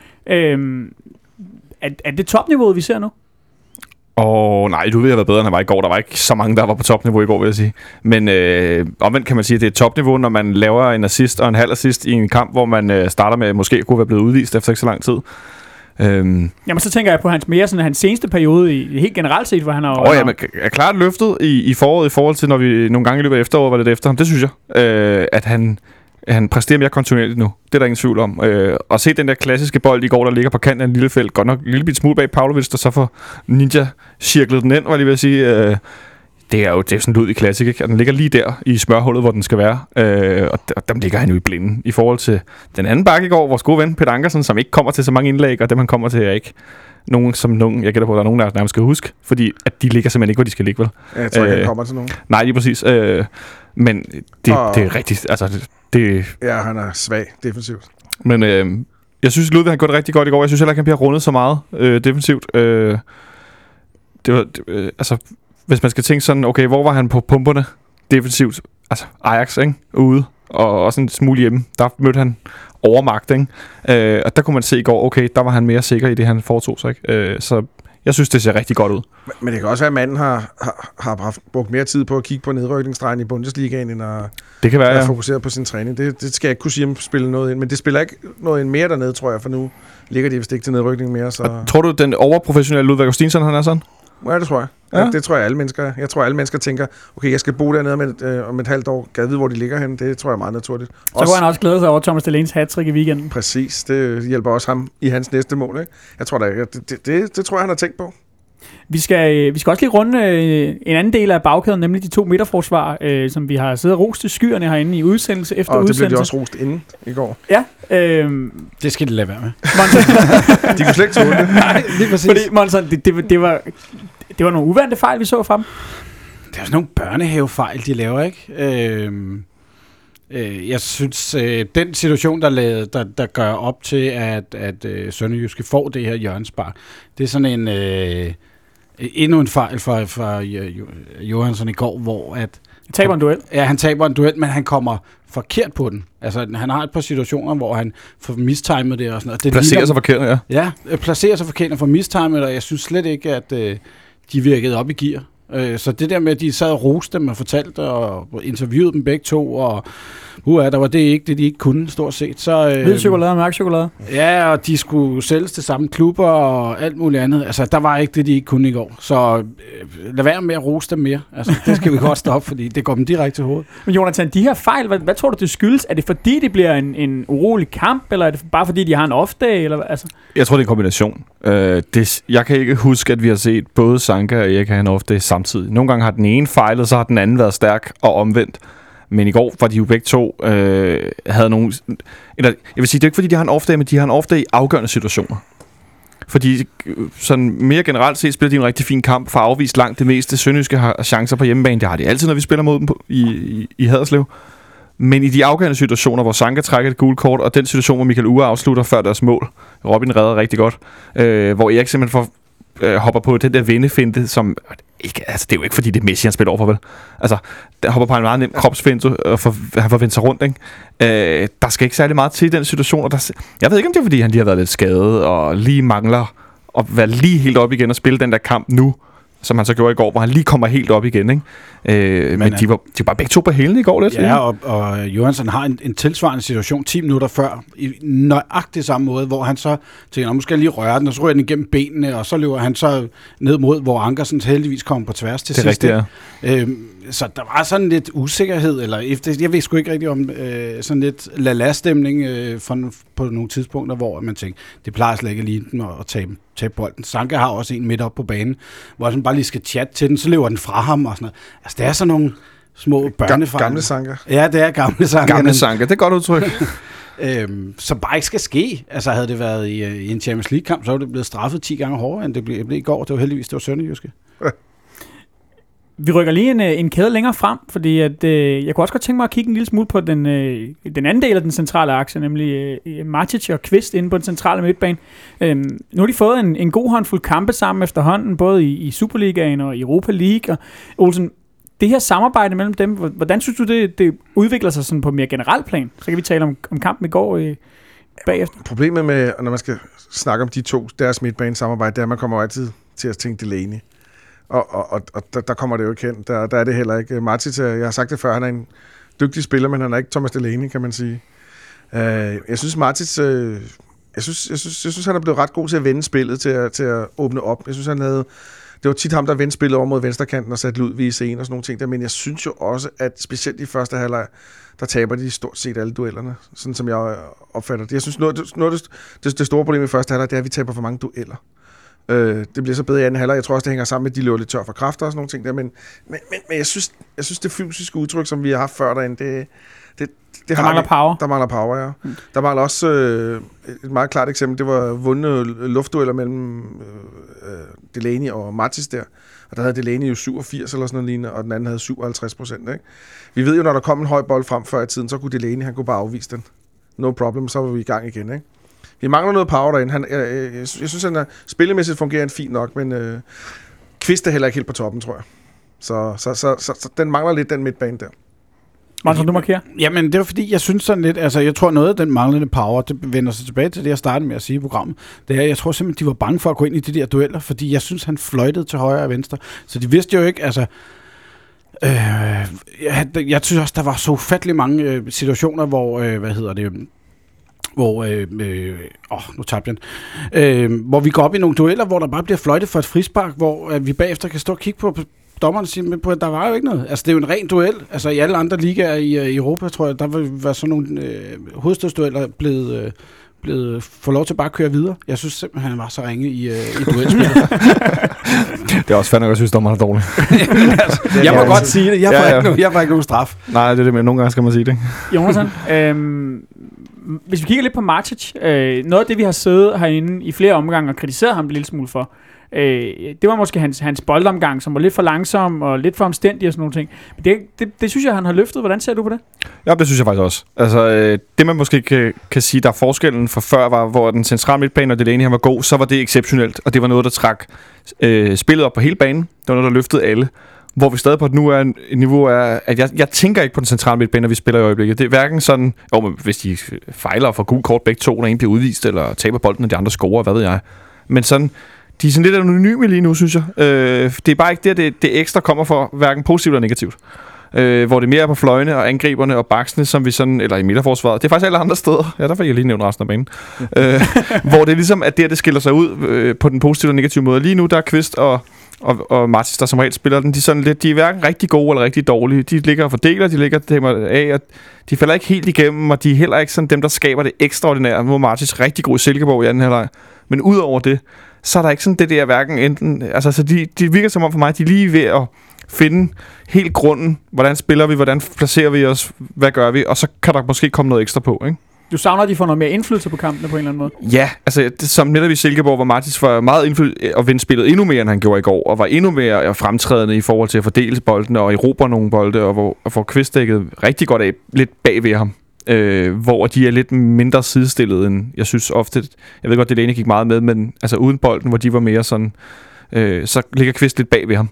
Er det topniveauet, vi ser nu? Nej, du ved, jeg har været bedre, end han var i går. Der var ikke så mange, der var på topniveau i går, vil jeg sige. Men omvendt kan man sige, at det er topniveau, når man laver en assist og en halv assist i en kamp, hvor man starter med, at måske kunne være blevet udvist efter ikke så lang tid. Jamen, så tænker jeg på hans seneste periode i helt generelt set, hvor han har... men er klart løftet i foråret i forhold til, når vi nogle gange i løbet af efteråret var lidt efter ham. Det synes jeg, at han præsterer mere kontinuerligt nu. Det er der ingen tvivl om. Og se den der klassiske bold i går, der ligger på kanten af en lille felt, godt nok en lille bit smule bag Pavlovic, der så får Ninja cirklet den ind, var jeg lige ved at sige. Det er jo sådan en lud i klassik, ikke? Den ligger lige der i smørhullet, hvor den skal være. Og dem ligger han jo i blinden. I forhold til den anden bakke i går, vores gode ven Peter Ankersen, som ikke kommer til så mange indlæg, og dem han kommer til er ikke nogen, jeg gætter på, at der er nogen, der nærmest skal huske, fordi at de ligger simpelthen ikke, hvor de skal ligge, vel? Jeg tror ikke, han kommer til nogen. Nej, lige præcis. Men det er rigtigt, altså det... Ja, han er svag defensivt. Men jeg synes, Ludvig har gjort det rigtig godt i går. Jeg synes heller ikke, han bliver rundet så meget defensivt. Altså... Hvis man skal tænke sådan, okay, hvor var han på pumperne defensivt? Altså Ajax, ikke? Ude, og også en smule hjemme. Der mødte han overmagt, ikke? Og der kunne man se i går, okay, der var han mere sikker i det, han foretog sig, ikke? Så jeg synes, det ser rigtig godt ud. Men det kan også være, at manden har brugt mere tid på at kigge på nedrykningsstregen i Bundesligaen, end det kan være, fokuseret på sin træning. Det skal jeg ikke kunne sige, om spiller noget ind. Men det spiller ikke noget ind mere dernede, tror jeg, for nu ligger de vist ikke til nedrykning mere. Så... Tror du, den overprofessionelle Ludvig Augustinsson, han er sådan? Ja, det tror jeg. Ja. Det tror jeg alle mennesker. Jeg tror alle mennesker tænker, okay, jeg skal bo dernede om et halvt år. Gad vide, hvor de ligger henne. Det tror jeg er meget naturligt. Så kunne han også glæde sig over Thomas Delaney's hat-trick i weekenden. Præcis. Det hjælper også ham i hans næste mål, ikke? Jeg tror det tror jeg, han har tænkt på. Vi skal også lige runde en anden del af bagkæden, nemlig de 2 midterforsvar, som vi har siddet og rost til skyerne herinde i udsendelse efter udsendelse. Og det blev de også rost inden i går. Ja. Det skal de lade være med. De kunne slet ikke tåle det. Nej, lige præcis. Fordi, Monson, det var nogle uvante fejl, vi så frem. Det er sådan nogle børnehavefejl, de laver, ikke? Jeg synes, den situation, der gør op til, at Sønderjyske får det her hjørnespark, det er sådan endnu en fejl fra Johansson i går, hvor at... Han taber en duel. Ja, han taber en duel, men han kommer forkert på den. Altså, han har et par situationer, hvor han får mistimet det og sådan noget. Det placerer sig forkert, ja. Ja, placerer sig forkert og får mistimet, og jeg synes slet ikke, at de virkede op i gear. Så det der med, at de sad og roste dem og fortalte og interviewede dem begge to, og der var det ikke det, de ikke kunne, stort set. Hvid chokolade og mørk chokolade. Ja, og de skulle sælges til samme klubber og alt muligt andet. Altså, der var ikke det, de ikke kunne i går. Så lad være med at rose dem mere. Altså, det skal vi godt stoppe, fordi det går dem direkte til hovedet. Men Jonathan, de her fejl, hvad tror du, det skyldes? Er det fordi, det bliver en urolig kamp, eller er det bare fordi, de har en off-day? Eller, altså? Jeg tror, det er en kombination. Jeg kan ikke huske, at vi har set både Sanka og Erik have en off-day samtidig. Nogle gange har den ene fejlet, så har den anden været stærk og omvendt. Men i går var de jo begge to havde nogle... Eller, jeg vil sige, det er ikke fordi, de har en off-day, men de har en off-day i afgørende situationer. Fordi sådan mere generelt set spiller de en rigtig fin kamp for at afvise langt det meste. Sønderjyske har chancer på hjemmebane. Det har de altid, når vi spiller mod dem i Haderslev. Men i de afgørende situationer, hvor Sanka trækker et gult kort, og den situation, hvor Michael Uhre afslutter før deres mål, Robin redder rigtig godt, hvor Erik simpelthen hopper på den der vendefinte, som ikke, altså det er jo ikke fordi det er Messi han spiller overfor, vel? Altså der hopper på en meget nem kropsfinte og han får vendt sig rundt, ikke? Der skal ikke særlig meget til i den situation, og jeg ved ikke om det er fordi han lige har været lidt skadet og lige mangler at være lige helt op igen og spille den der kamp nu, som han så gjorde i går, hvor han lige kommer helt op igen, ikke? Men de var bare begge to på hælene i går lidt. Ja, og Johansson har en tilsvarende situation 10 minutter før, i nøjagtig samme måde, hvor han så tænker, nu skal jeg lige røre den, og så rører den igennem benene, og så løber han så ned mod, hvor Ankersen heldigvis kommer på tværs til sidst. Det er rigtigt, ja. Så der var sådan lidt usikkerhed, eller jeg ved sgu ikke rigtig om sådan lidt la-la-stemning på nogle tidspunkter, hvor man tænker, det plejer slet ikke at ligne den at tabe bolden. Sanka har også en midt op på banen, hvor han bare lige skal chatte til den, så løber den fra ham og sådan noget. Altså, det er sådan nogle små børnefejl. Gamle Sanka. Ja, det er gamle Sanka. Gamle Sanka, det er godt udtryk. Som bare ikke skal ske. Altså, havde det været i en Champions League-kamp, så var det blevet straffet 10 gange hårdere, end det blev i går. Det var heldigvis, det var sønderjyske. Vi rykker lige en kæde længere frem, fordi at, jeg kunne også godt tænke mig at kigge en lille smule på den anden del af den centrale akse, nemlig Matic og Kvist inde på den centrale midtbane. Nu har de fået en god håndfuld kampe sammen efterhånden, både i Superligaen og Europa League. Og Olsen, det her samarbejde mellem dem, hvordan synes du, det udvikler sig sådan på mere generelt plan? Så kan vi tale om kampen i går bagefter. Problemet med, når man skal snakke om de to, deres midtbane-samarbejde, det er, at man kommer altid til at tænke Delaney. Og der kommer det jo ikke hen. Der er det heller ikke. Matic, jeg har sagt det før, han er en dygtig spiller, men han er ikke Thomas Delaney, kan man sige. Jeg synes, Matic... Jeg synes, han er blevet ret god til at vende spillet, til at åbne op. Jeg synes, det var tit ham, der vendte spillet over mod venstrekanten og satte Ludvig i scenen og sådan nogle ting der. Men jeg synes jo også, at specielt i første halvleg, der taber de stort set alle duellerne, sådan som jeg opfatter det. Jeg synes, noget af det store problem i første halvleg, det er, at vi taber for mange dueller. Det bliver så bedre i anden halvleg. Jeg tror også, det hænger sammen med, at de løber lidt tør for kræfter og sådan nogle ting der. Men jeg synes, det fysiske udtryk, som vi har haft før derinde, der mangler power. Der mangler power, ja. Der mangler også et meget klart eksempel. Det var vundne luftdueller mellem Delaney og Matic der. Og der havde Delaney jo 87 eller sådan noget lignende, og den anden havde 57%. Ikke? Vi ved jo, når der kom en høj bold frem før i tiden, så kunne Delaney, han kunne bare afvise den. No problem, så var vi i gang igen, ikke? Vi mangler noget power derinde. Jeg synes, han spillemæssigt fungerer han fint nok, men Kvist er heller ikke helt på toppen, tror jeg. Så den mangler lidt, den midtbane der. Martin, du markerer? Jamen, det var fordi, jeg synes sådan lidt, altså jeg tror noget af den manglende power, det vender sig tilbage til det, jeg startede med at sige i programmet. Det er, jeg tror simpelthen, de var bange for at gå ind i de der dueller, fordi jeg synes, han fløjtede til højre og venstre. Så de vidste jo ikke, altså... jeg synes også, der var så ufattelig mange situationer, hvor, nu tabte jeg hvor vi går op i nogle dueller, hvor der bare bliver fløjtet for et frispark, hvor vi bagefter kan stå og kigge på dommeren og sige, at der var jo ikke noget. Altså, det er jo en ren duel. Altså, i alle andre ligaer i Europa, tror jeg, der var sådan nogle hovedstødsdueller blevet få lov til bare at køre videre. Jeg synes simpelthen, han var så ringe i duelspillet. Det er også fandme, jeg synes, dommeren er dårlig. Altså, jeg må godt sige det. Jeg får ikke nogen straf. Nej, det er det, men nogle gange skal man sige det. Jonathan, hvis vi kigger lidt på Matic, noget af det, vi har siddet herinde i flere omgange og kritiseret ham en lille smule for, det var måske hans boldomgang, som var lidt for langsom og lidt for omstændig og sådan nogle ting. Men det synes jeg, han har løftet. Hvordan ser du på det? Ja, det synes jeg faktisk også. Altså, det man måske kan sige, der er forskellen fra før, var, hvor den centrale midtbane og Delaney han var god, så var det exceptionelt, og det var noget, der trak spillet op på hele banen. Det var noget, der løftede alle. Hvor vi stadig på et nu er et niveau af, at jeg tænker ikke på den centrale midtbane, når vi spiller i øjeblikket. Det er hverken sådan, hvis de fejler og får gul kort begge to, når en bliver udvist, eller taber bolden, og de andre scorer, hvad ved jeg. Men sådan, de er sådan lidt anonyme lige nu, synes jeg. Det er bare ikke det ekstra kommer for hverken positivt eller negativt. Hvor det mere er på fløjene og angriberne og baksene, som vi sådan, eller i midterforsvaret. Det er faktisk alle andre steder. Ja, der får jeg lige nævnt resten af banen. Hvor det er ligesom, at det skiller sig ud på den positive og negative måde. Lige nu, der er Kvist og Martis, der som regel spiller den, de er hverken rigtig gode eller rigtig dårlige. De ligger og fordeler, de ligger af, og de falder ikke helt igennem, og de er heller ikke sådan dem, der skaber det ekstraordinære. Nu er Martis rigtig god i Silkeborg i anden halvleg. Men udover det, så er der ikke sådan det der hverken enten... Altså, så de virker som om for mig, de er lige ved at finde helt grunden. Hvordan spiller vi? Hvordan placerer vi os? Hvad gør vi? Og så kan der måske komme noget ekstra på, ikke? Du savner, at de får noget mere indflydelse på kampene på en eller anden måde? Ja, altså som netop i Silkeborg, hvor Martins var meget indflydelse og vinde spillet endnu mere, end han gjorde i går, og var endnu mere fremtrædende i forhold til at fordele boldene og erobre nogle bolde, og hvor Kvist dækkede rigtig godt af lidt bag ved ham. Hvor de er lidt mindre sidestillet end, jeg synes ofte, jeg ved godt, det Lene gik meget med, men altså uden bolden, hvor de var mere sådan, så ligger Kvist lidt bag ved ham.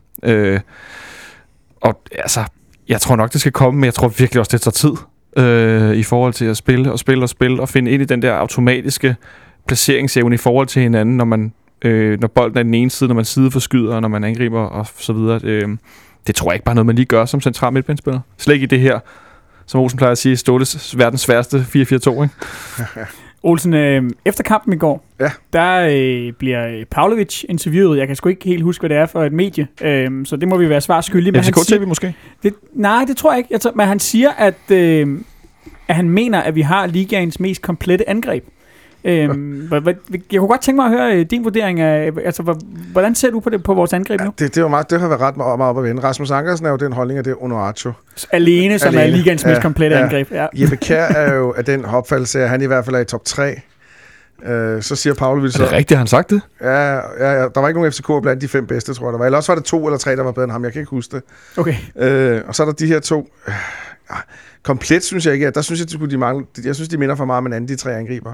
Og altså, jeg tror nok, det skal komme, men jeg tror virkelig også, det tager tid i forhold til at spille og finde ind i den der automatiske placeringsevne i forhold til hinanden, når bolden er den ene side, når man sideforskyder, og når man angriber og så videre. Det tror jeg ikke bare noget, man lige gør som central midtbanespiller. Slet ikke i det her, som Olsen plejer at sige, Ståles verdens sværeste 4-4-2, ikke? Olsen, efter kampen i går, Ja. der bliver Pavlovic interviewet. Jeg kan sgu ikke helt huske, hvad det er for et medie, så det må vi være svar skyldige. Men FCK-TV måske? Nej, det tror jeg ikke. Men han siger, at han mener, at vi har ligaens mest komplette angreb. Jeg kunne godt tænke mig at høre din vurdering af, altså, hvordan ser du på vores angreb nu? Det har været ret meget op at vende. Rasmus Ankersen er jo den holdning, at det er Onuachu. Alene, som er ligaens mest komplette angreb. Ja. Jeppe Kjær er jo af den opfattelse, at han i hvert fald er i top 3. Så siger Pavlovic så... Er det rigtigt, har han sagt det? Ja, der var ikke nogen FCK'er blandt de 5 bedste, tror jeg der var. Eller også var det 2 eller 3, der var bedre end ham. Jeg kan ikke huske det. Okay. Og så er der de her 2... komplet synes jeg ikke, at der synes jeg, de mangler... Jeg synes, de minder for meget om en anden, de 3 angriber.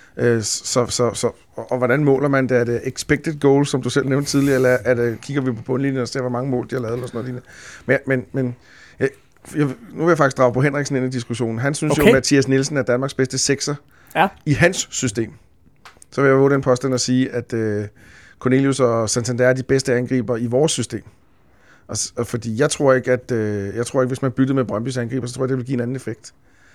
Og hvordan måler man det? Er det expected goals, som du selv nævnte tidligere, eller er det, kigger vi på bundlinjen og ser, hvor mange mål de har lavet, eller sådan noget? Men nu vil jeg faktisk drage på Henriksen ind i diskussionen. Han synes jo, at Mathias Nielsen er Danmarks bedste sekser i hans system. Så vil jeg våge den påstand at sige, at Cornelius og Santander er de bedste angriber i vores system. Og fordi jeg tror ikke, hvis man byttede med Brøndbys angriber, så tror jeg, det vil give en anden effekt.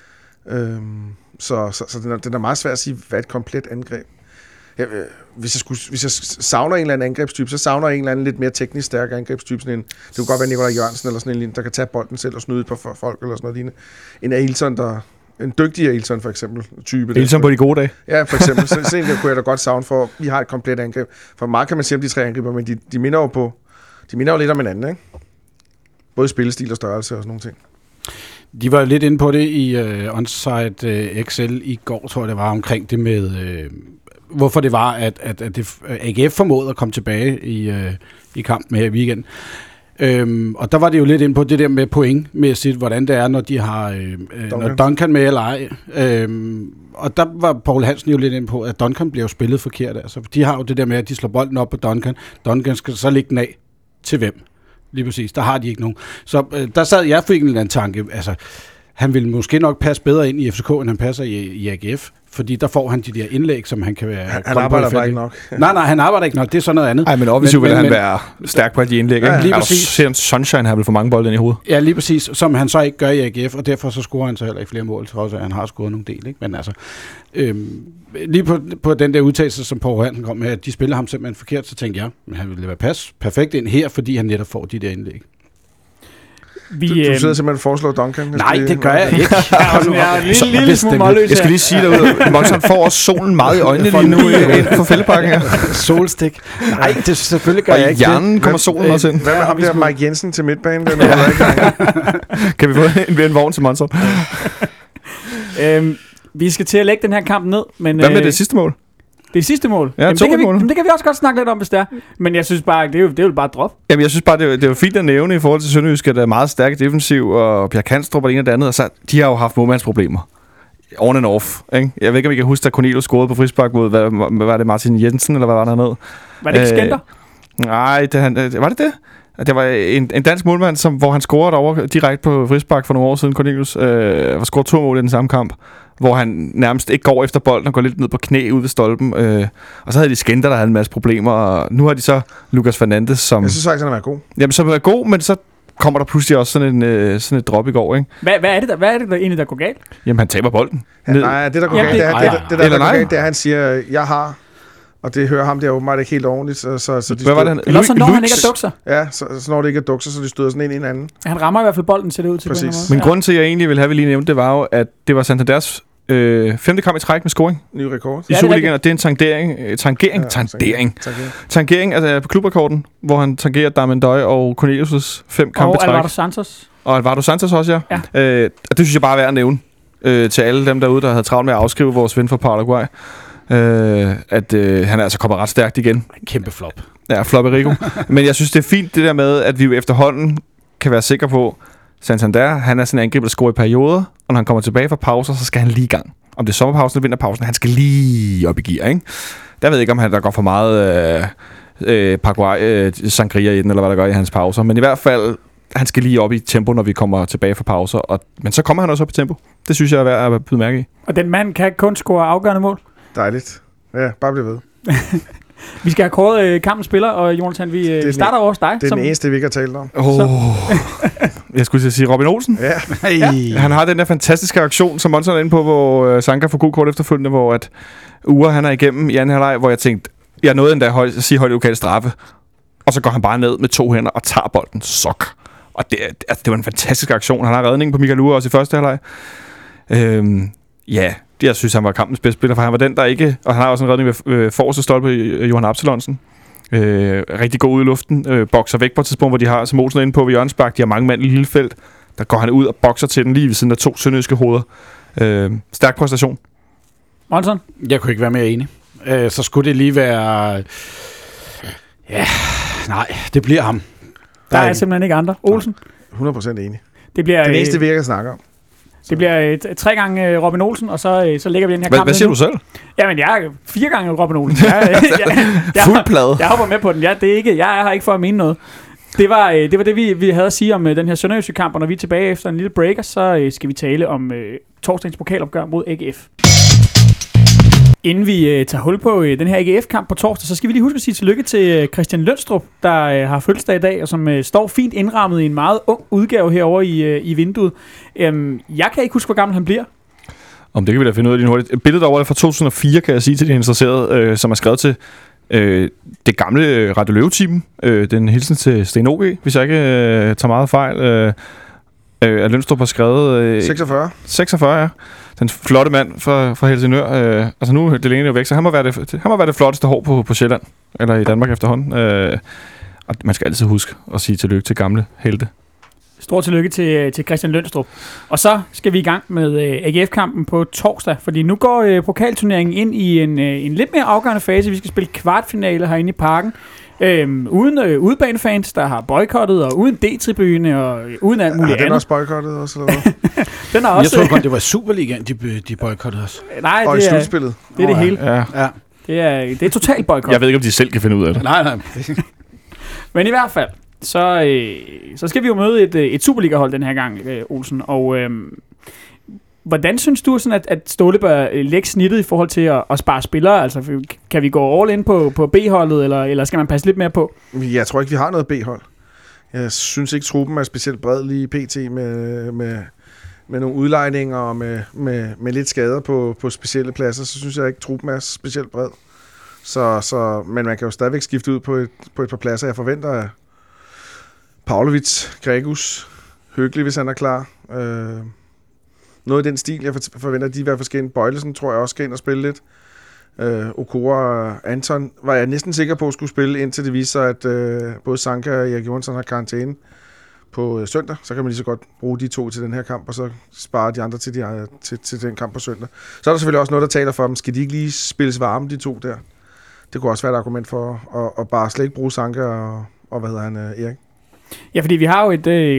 Så den er meget svært at sige, hvad et komplet angreb. Hvis jeg savner en eller anden angrebstype, så savner jeg en eller anden lidt mere teknisk stærk angrebstype. Sådan en, det kunne godt være Nikolaj Jørgensen, eller sådan en, der kan tage bolden selv og snyde på folk, eller sådan noget lignende. En Ailton, en dygtig Ailton for eksempel, type. Ailton på de gode dage. Ja, for eksempel. Så en der kunne jeg da godt savne for, vi har et komplet angreb. For meget kan man sige om de 3 angriber, men de minder jo lidt om hinanden, ikke? Både spillestil og størrelse og sådan nogle ting. De var lidt inde på det i Onsite XL i går, tror jeg det var, omkring det med, hvorfor det var, at AGF formåede at komme tilbage i kampen her i weekenden. Og der var det jo lidt inde på det der med pointmæssigt, hvordan det er, når de har når Duncan med eller ej. Og der var Poul Hansen jo lidt inde på, at Duncan bliver jo spillet forkert. Altså, de har jo det der med, at de slår bolden op på Duncan. Duncan skal så lægge den af til hvem? Lige præcis, der har de ikke nogen. Så der sad jeg fik en eller anden tanke, altså han ville måske nok passe bedre ind i FCK, end han passer i AGF, fordi der får han de der indlæg, som han kan være... Han arbejder bare ikke nok. Nej, han arbejder ikke nok, det er sådan noget andet. Nej, men offensivt vil han være stærk på de indlæg. Ja, lige præcis. Ser en Sunshine har vel for mange bolde ind i hovedet. Ja, lige præcis, som han så ikke gør i AGF, og derfor så scorer han så heller ikke flere mål, trods at han har scoret nogle del, ikke? Men altså... lige på den der udtalelse, som Poul Hansen kom med, at de spiller ham simpelthen forkert, så tænkte jeg, men han ville være perfekt ind her, fordi han netop får de der indlæg. Du sidder simpelthen og foreslår Duncan? Nej, det gør jeg ikke. Jeg skal lige sige derude, Monson får også solen meget i øjnene lige nu ind på fældeparken her. Solstik. Nej, det selvfølgelig gør jeg ikke. Og i hjernen kommer solen også ind. Hvad med ham der Mike Jensen til midtbanen? Kan vi få en vogn til Monson? Vi skal til at lægge den her kamp ned. Men, hvad med det sidste mål? Det sidste mål? Ja, det kan vi også godt snakke lidt om, hvis det er. Men jeg synes bare, det er jo bare drop. Jamen, jeg synes bare, det er fint at nævne i forhold til Sønderjysk, at der er meget stærke defensiv, og Pierre Kanstrup og det ene og det andet, og så, de har jo haft målmandsproblemer. On and off, ikke? Jeg ved ikke, om I kan huske, at Cornelius scorede på frispark mod, hvad var det, Martin Jensen, eller hvad var der hernede? Var det ikke Skender? Nej, var det det? Det var en dansk målmand, hvor han scorede over direkte på frispark for nogle år siden, Cornelius, og scorede 2 mål i den samme kamp, hvor han nærmest ikke går efter bolden og går lidt ned på knæ ud ved stolpen. Og så havde de Skender, der havde en masse problemer, og nu har de så Lucas Fernandes, som... Jeg synes faktisk, han har været god. Jamen, så er god, men så kommer der pludselig også sådan et drop i går, ikke? Hvad er det der egentlig, der går galt? Jamen, han taber bolden. Nej, det der går galt, det er, han siger, jeg har... Og det hører ham der åbenbart ikke helt ordentligt. Så de hvad var det, han? Eller så når han ikke er dukser. Ja, så når det ikke er dukser, så de støder sådan en anden. Han rammer i hvert fald bolden, ser det ud til. Præcis. Men grunden til, at jeg egentlig ville have, vi lige nævnte, det var jo, at det var Santanders 5. kamp i træk med scoring. Ny rekord. I Superligaen, og det er en tangering, altså på klubrekorden, hvor han tangerer Darmendøj og Cornelius' 5 kampe i træk. Og Alvaro Santos. Og Alvaro Santos også, ja. Og det synes jeg bare er værd at nævne. til alle dem derude, der havde travlt med at afskrive vores ven fra Paraguay. At han er altså kommet ret stærkt igen. Kæmpe flop. Ja, Floperico. Men jeg synes, det er fint det der med, at vi jo efterhånden kan være sikre på, Santander, han er sådan en angriber, der scorer i perioder, og når han kommer tilbage fra pauser, så skal han lige i gang. Om det er sommerpausen eller vinterpausen, han skal lige op i gear, ikke? Der ved jeg ikke, om der går for meget Paraguay sangria i den, eller hvad der gør i hans pauser. Men i hvert fald, han skal lige op i tempo, når vi kommer tilbage fra pauser. Men så kommer han også op i tempo. Det synes jeg er værd at byde mærke i. Og den mand kan kun score afgørende mål. Dejligt. Ja, bare bliv ved. Vi skal have kåret kampens spiller, og Jonathan, vi starter over hos dig. Det er den eneste, vi ikke har talt om. Jeg skulle sige Robin Olsen. Ja. Ja. Han har den der fantastiske aktion, som Monson er inde på, hvor Sanka får god kort efterfølgende, hvor at Ure, han er igennem i anden halvleg, hvor jeg tænkte, jeg nåede endda at sige højt lokale straffe, og så går han bare ned med 2 hænder og tager bolden. Sok. Og det var en fantastisk aktion. Han har redningen på Michael Ure også i første halvleg. Ja, jeg synes, han var kampens bedste spiller, for han var den, der ikke... Og han har også en redning ved forreste stolpe, Johan Absalonsen. Rigtig god ud i luften. Bokser væk på et tidspunkt, hvor de har, som Olsen er inde på ved hjørnespark, de har mange mand i lille felt. Der går han ud og bokser til den lige ved siden af 2 sønderjyske hoveder. Stærk præstation. Monson? Jeg kunne ikke være mere enig. Så skulle det lige være... Ja, nej, det bliver ham. Der er simpelthen ikke andre. Olsen? 100% enig. Det bliver, Den eneste, vi ikke snakker om. Det bliver 3 gange Robin Olsen, og så lægger vi den her kamp. Hvad siger du selv? Jamen, jeg er 4 gange Robin Olsen. Fuld plade. Jeg hopper med på den. Jeg er her ikke for at mene noget. Det var det, vi havde at sige om den her sønderjyske kamp, og når vi er tilbage efter en lille break, så skal vi tale om torsdagens pokalopgør mod AGF. Inden vi tager hul på den her AGF-kamp på torsdag, så skal vi lige huske at sige tillykke til Christian Lønstrup, der har fødselsdag i dag, og som står fint indrammet i en meget ung udgave herovre i vinduet. Jeg kan ikke huske, hvor gammel han bliver. Det kan vi da finde ud af lige hurtigt. Billedet over det fra 2004, kan jeg sige til de interesserede, som er skrevet til det gamle Radio Løve-team. Den hilsen til Sten O.G., hvis jeg ikke tager meget fejl. At Lønstrup har skrevet... 46, ja. Den flotte mand fra Helsingør. Altså nu er det længe jo væk, så han må være det flotteste hår på Sjælland. Eller i Danmark efterhånden. Og man skal altid huske at sige tillykke til gamle helte. Stort tillykke til Christian Lønstrup. Og så skal vi i gang med AGF-kampen på torsdag, fordi nu går pokalturneringen ind i en lidt mere afgørende fase. Vi skal spille kvartfinale herinde i parken. Uden udebanefans, der har boykottet, og uden D-tribune, og uden alt muligt andet. Den er også boykottet også, eller hvad? Den er også... Jeg tror godt, det var Superligaen, de boykottede os. Nej, og i slutspillet. Det er det hele. Ja. Det er totalt boykot. Jeg ved ikke, om de selv kan finde ud af det. Nej. Men i hvert fald, så skal vi jo møde et Superliga-hold den her gang, Olsen. Og hvordan synes du, sådan at Ståle bør lægge snittet i forhold til at spare spillere? Altså, kan vi gå all in på B-holdet, eller skal man passe lidt mere på? Jeg tror ikke, vi har noget B-hold. Jeg synes ikke, truppen er specielt bred lige pt. Med nogle udlejninger og med lidt skader på specielle pladser, så synes jeg ikke, truppen er specielt bred. Men man kan jo stadigvæk skifte ud på et par pladser. Jeg forventer, at Pavlovic, Gregus, Høgli, hvis han er klar. Noget i den stil, jeg forventer, at de i hvert fald skal ind. Bøjlesen tror jeg også skal ind og spille lidt. Okora og Anton var jeg næsten sikker på at skulle spille, indtil det viser, at både Sanka og Erik Johansson har karantæne på søndag. Så kan man lige så godt bruge de 2 til den her kamp, og så spare de andre til den kamp på søndag. Så er der selvfølgelig også noget, der taler for dem. Skal de ikke lige spilles varme, de 2 der? Det kunne også være et argument for at bare slet ikke bruge Sanka og hvad hedder han, Erik? Ja, fordi vi har jo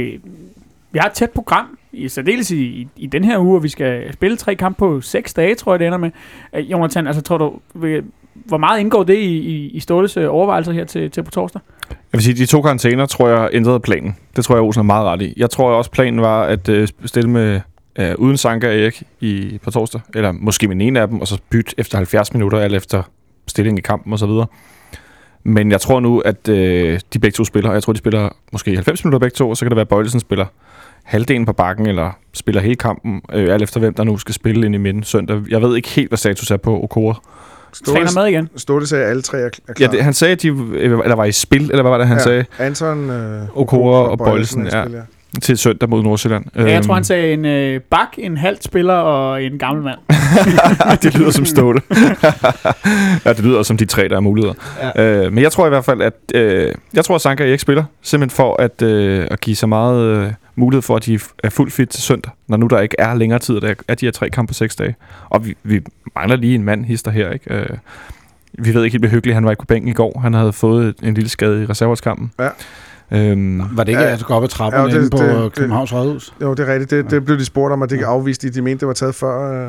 et tæt program, i særdeles i den her uge, og vi skal spille 3 kampe på 6 dage, tror jeg det ender med. Jonathan, altså tror du, hvor meget indgår det i Ståles overvejelser her til på torsdag? Jeg vil sige, de 2 karantæner, tror jeg, ændrede planen. Det tror jeg, Olsen er meget ret i. Jeg tror også, planen var at stille med uden Sanka og Erik på torsdag, eller måske med en af dem, og så bytte efter 70 minutter, eller efter stilling i kampen og så videre. Men jeg tror nu, at de begge 2 spiller, og jeg tror, de spiller måske 90 minutter begge 2, og så kan det være, at Bøjlesen spiller halvdelen på bakken, eller spiller hele kampen, alt efter hvem der nu skal spille ind i midten søndag. Jeg ved ikke helt, hvad status er på Okora. Træner med igen. Ståle sagde, at alle 3 er klar. Ja, han sagde, at de eller var i spil, eller hvad var det, han sagde? Anton, Okora og Bøjlesen, ja. Til søndag mod Nordsjælland. Ja, jeg tror, han sagde en bak, en halvt spiller og en gammel mand. Det lyder som Ståle. Ja, det lyder som de 3, der er muligheder. Ja. Men jeg tror i hvert fald, at Sanka ikke spiller, simpelthen for at give så meget mulighed for, at de er fuldt fit til søndag, når nu der ikke er længere tid, der er de her 3 kampe på 6 dage. Og vi mangler lige en mand hister her, ikke? Vi ved ikke helt behyggeligt, han var ikke på bænken i går. Han havde fået en lille skade i reserveholdskampen. Ja. Var det ikke, at gå op ad trappen inde på Københavns Rådhus? Jo, det er rigtigt. Det blev de spurgt om, at det ikke afviste. De mente, det var taget før.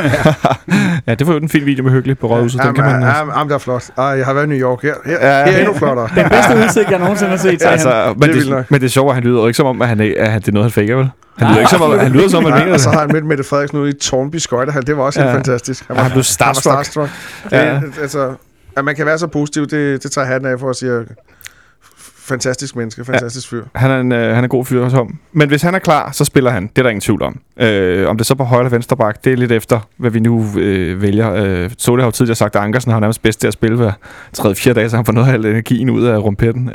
Ja, det var jo en fin video med hyggeligt på Rådhuset. Den kan man... det er flot. Jeg har været i New York. Her er endnu flottere. Den bedste udsigt, jeg nogensinde har set. Men det er sjovt, at han lyder jo ikke som om, at det er noget, han faker, vel? Han lyder ikke som om, han lyder som om, han mener det. Og så har han mødt Mette Frederiksen ude i Tornby Skøjtehal. Det var også helt fantastisk. Han blev starstruck. At man kan være så positiv, det tager hatten af for at sige... Fantastisk menneske, fantastisk fyr. Han er en god fyr, Tom. Men hvis han er klar, så spiller han. Det er der ingen tvivl om. Om det så på højre eller venstre bak, det er lidt efter, hvad vi nu vælger. Så det har jo tidligere sagt, at Ankersen har nærmest bedst til at spille hver 3-4 dage, så han får noget af energien ud af rumpetten.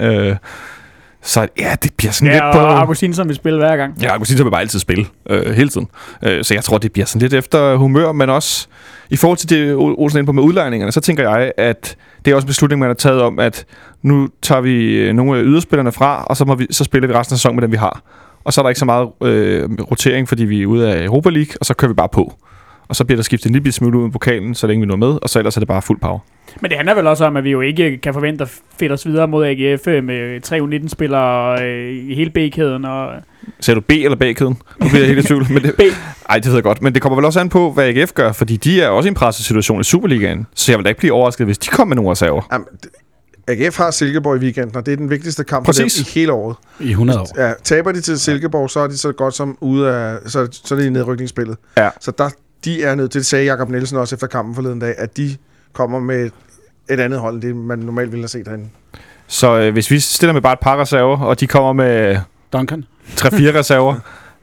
Så ja, det bliver sådan lidt på... Ja, og Augustinson vil spille hver gang. Ja, Augustinson vil bare altid spille, hele tiden. Så jeg tror, det bliver sådan lidt efter humør, men også i forhold til det, Olsen ind på med udlejningerne, så tænker jeg, at det er også en beslutning, man har taget om, at nu tager vi nogle af yderspillerne fra, og så spiller vi resten af sæsonen med dem, vi har. Og så er der ikke så meget rotering, fordi vi er ude af Europa League, og så kører vi bare på. Og så bliver der skiftet en lille smule ud i pokalen, så længe vi når med, og så ellers er det bare fuld power. Men det handler vel også om, at vi jo ikke kan forvente at fedte os videre mod AGF med 3 U19-spillere i hele B-kæden. Og... Ser du B eller B-kæden? Nu bliver jeg helt i tvivl. Men det... B. Ej, det ved jeg godt. Men det kommer vel også an på, hvad AGF gør, fordi de er også i en presset situation i Superligaen. Så jeg vil da ikke blive overrasket, hvis de kommer med nogle reserver. Jamen, AGF har Silkeborg i weekenden, og det er den vigtigste kamp for dem i hele året. I 100 år. Ja, taber de til Silkeborg, så er de så godt som ude af... Så er det i nedrykningsspillet. Ja. Så de er nødt til, det sagde Jakob Nielsen også efter kampen forleden dag, at de kommer med et andet hold, end det man normalt ville have set herinde. Så hvis vi stiller med bare et par reserver, og de kommer med... Duncan? 3-4 reserver,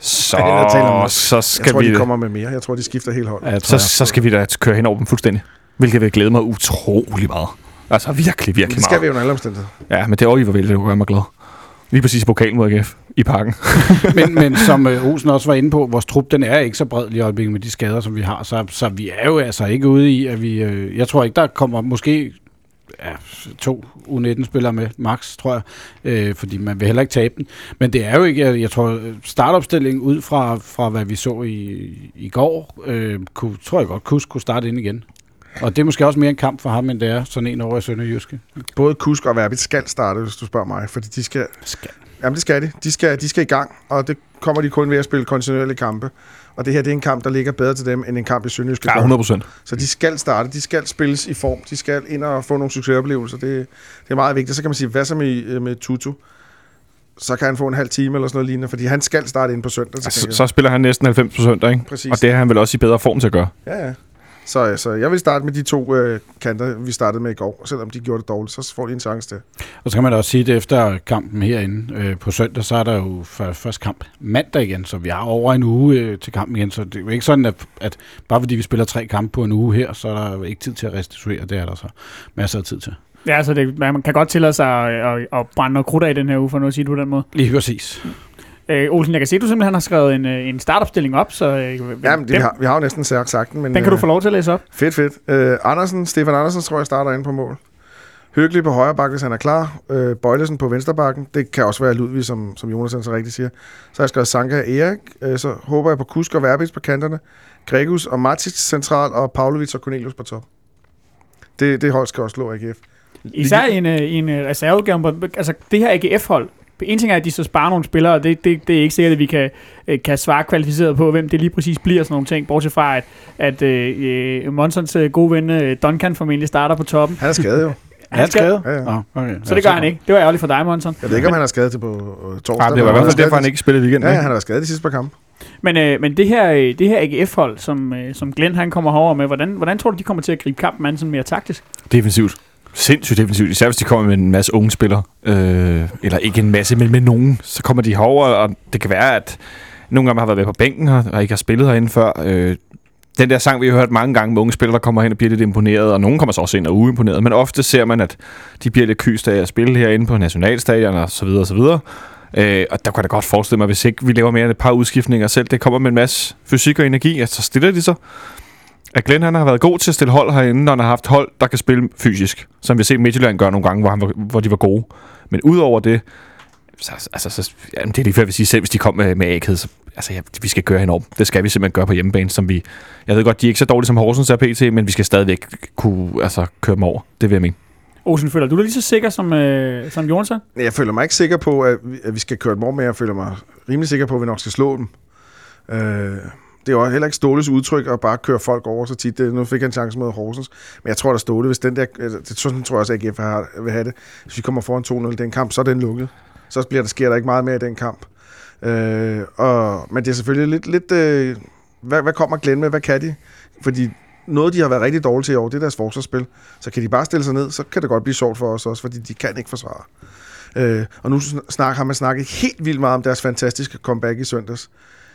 så skal vi... Jeg tror, de kommer med mere. Jeg tror, de skifter helt hold. Ja, så skal vi da køre hen over dem fuldstændig. Hvilket vil glæde mig utrolig meget. Altså virkelig meget. Det skal vi jo under alle omstændigheder. Ja, men det er også, hvor det gør mig glad. Lige præcis i pokalen mod AGF i parken. men som Olsen også var inde på, vores trup, den er ikke så bred i øjeblikket med de skader, som vi har. Så vi er jo altså ikke ude i, at vi... jeg tror ikke, der kommer måske 2 U19-spillere med, max, tror jeg. Fordi man vil heller ikke tabe den. Men det er jo ikke... Jeg tror, startopstillingen ud fra hvad vi så i går, tror jeg godt, Kusk kunne starte ind igen. Og det er måske også mere en kamp for ham, end det er sådan en over i Sønderjyske. Både Kusk og Verbit skal starte, hvis du spørger mig, fordi de skal... Jamen, det skal de. De skal i gang, og det kommer de kun ved at spille kontinuerlige kampe. Og det her, det er en kamp, der ligger bedre til dem, end en kamp i Sønderjyske. Ja, 100%. Så de skal starte, de skal spilles i form, de skal ind og få nogle succesoplevelser. Det er meget vigtigt. Så kan man sige, hvad så med Tutu? Så kan han få en halv time eller sådan noget lignende, fordi han skal starte ind på søndag. Så spiller han næsten 90%, ikke? Præcis. Og det er han vel også i bedre form til at gøre. Ja. Så jeg vil starte med de 2 kanter, vi startede med i går. Selvom de gjorde det dårligt, så får de en chance til. Og så kan man da også sige, at efter kampen herinde på søndag, så er der jo først kamp mandag igen. Så vi har over en uge til kampen igen. Så det er jo ikke sådan, at bare fordi vi spiller 3 kampe på en uge her, så er der jo ikke tid til at restituere. Det er der så masser af tid til. Ja, så man kan godt tillade sig at brænde noget krudt af den her uge, for nu at sige det på den måde. Lige præcis. Olsen, jeg kan se, at du simpelthen har skrevet en startopstilling op, så... Jamen, vi har jo næsten sagt den, men... Den kan du få lov til at læse op. Fedt. Stefan Andersen tror jeg starter inde på mål. Hyggelig på højre bakke, hvis han er klar. Bøjlesen på venstre bakken. Det kan også være Ludvig, som Jonas så rigtigt siger. Så har jeg skrevet Sanka og Erik. Så håber jeg på Kusk og Verbitz på kanterne. Gregus og Matic central, og Pavlovic og Cornelius på top. Det hold skal også slå AGF. Især i en reserveudgave. Altså, det her AGF-hold, en ting er, at de så sparer nogle spillere, og det er ikke sikkert, at vi kan svare kvalificeret på, hvem det lige præcis bliver, sådan nogle ting, bortset fra, at Monsons gode ven Duncan formentlig starter på toppen. Han er skadet jo. Han er skadet? Ja. Okay. Så det gør han ikke. Det var ærgerligt for dig, Monson. Jeg ved ikke, om han er skadet til på torsdag. Det var i hvert fald derfor, han ikke spillede weekenden. Ja, han har været skadet de sidste par kampe. Men det her AGF-hold, som Glenn han kommer herover med, hvordan tror du, de kommer til at gribe kampen an sådan mere taktisk? Defensivt. Sindssygt defensivt. Især hvis de kommer med en masse unge spillere. Eller ikke en masse, men med nogen. Så kommer de herover, og det kan være, at nogle af dem har været med på bænken og ikke har spillet herinde før. Den der sang, vi har hørt mange gange med unge spillere, der kommer hen og bliver lidt imponeret, og nogen kommer så også ind og uimponeret. Men ofte ser man, at de bliver lidt kyst af at spille herinde på nationalstadion og så videre og så videre. Og der kan jeg godt forestille mig, hvis ikke vi laver mere end et par udskiftninger selv, det kommer med en masse fysik og energi, så stiller de sig. At Glenn han har været god til at stille hold herinde, når han har haft hold, der kan spille fysisk. Som vi har set Midtjylland gøre nogle gange, hvor de var gode. Men udover det, det er lige før, jeg vil sige selv, hvis de kom med A-kæde, så vi skal køre henover. Det skal vi simpelthen gøre på hjemmebane, jeg ved godt, de er ikke så dårlige som Horsens er PT, men vi skal stadigvæk kunne køre dem over. Det vil jeg mene. Olsen, føler du dig lige så sikker som Jonsson? Jeg føler mig ikke sikker på, at vi skal køre dem over med. Jeg føler mig rimelig sikker på, at vi nok skal slå dem. Det er jo heller ikke Ståles udtryk at bare køre folk over så tit. Nu fik jeg en chance mod Horsens, men jeg tror, der Ståle, hvis den der... Sådan tror jeg også, at AGF vil have det. Hvis vi kommer foran 2-0 i den kamp, så er den lukket. Så sker der ikke meget mere i den kamp. Men det er selvfølgelig lidt hvad kommer Glenn med? Hvad kan de? Fordi noget, de har været rigtig dårlige til i år, det er deres forsvarsspil. Så kan de bare stille sig ned, så kan det godt blive sjovt for os også, fordi de kan ikke forsvare. Og nu har man snakket helt vildt meget om deres fantastiske comeback i søndags.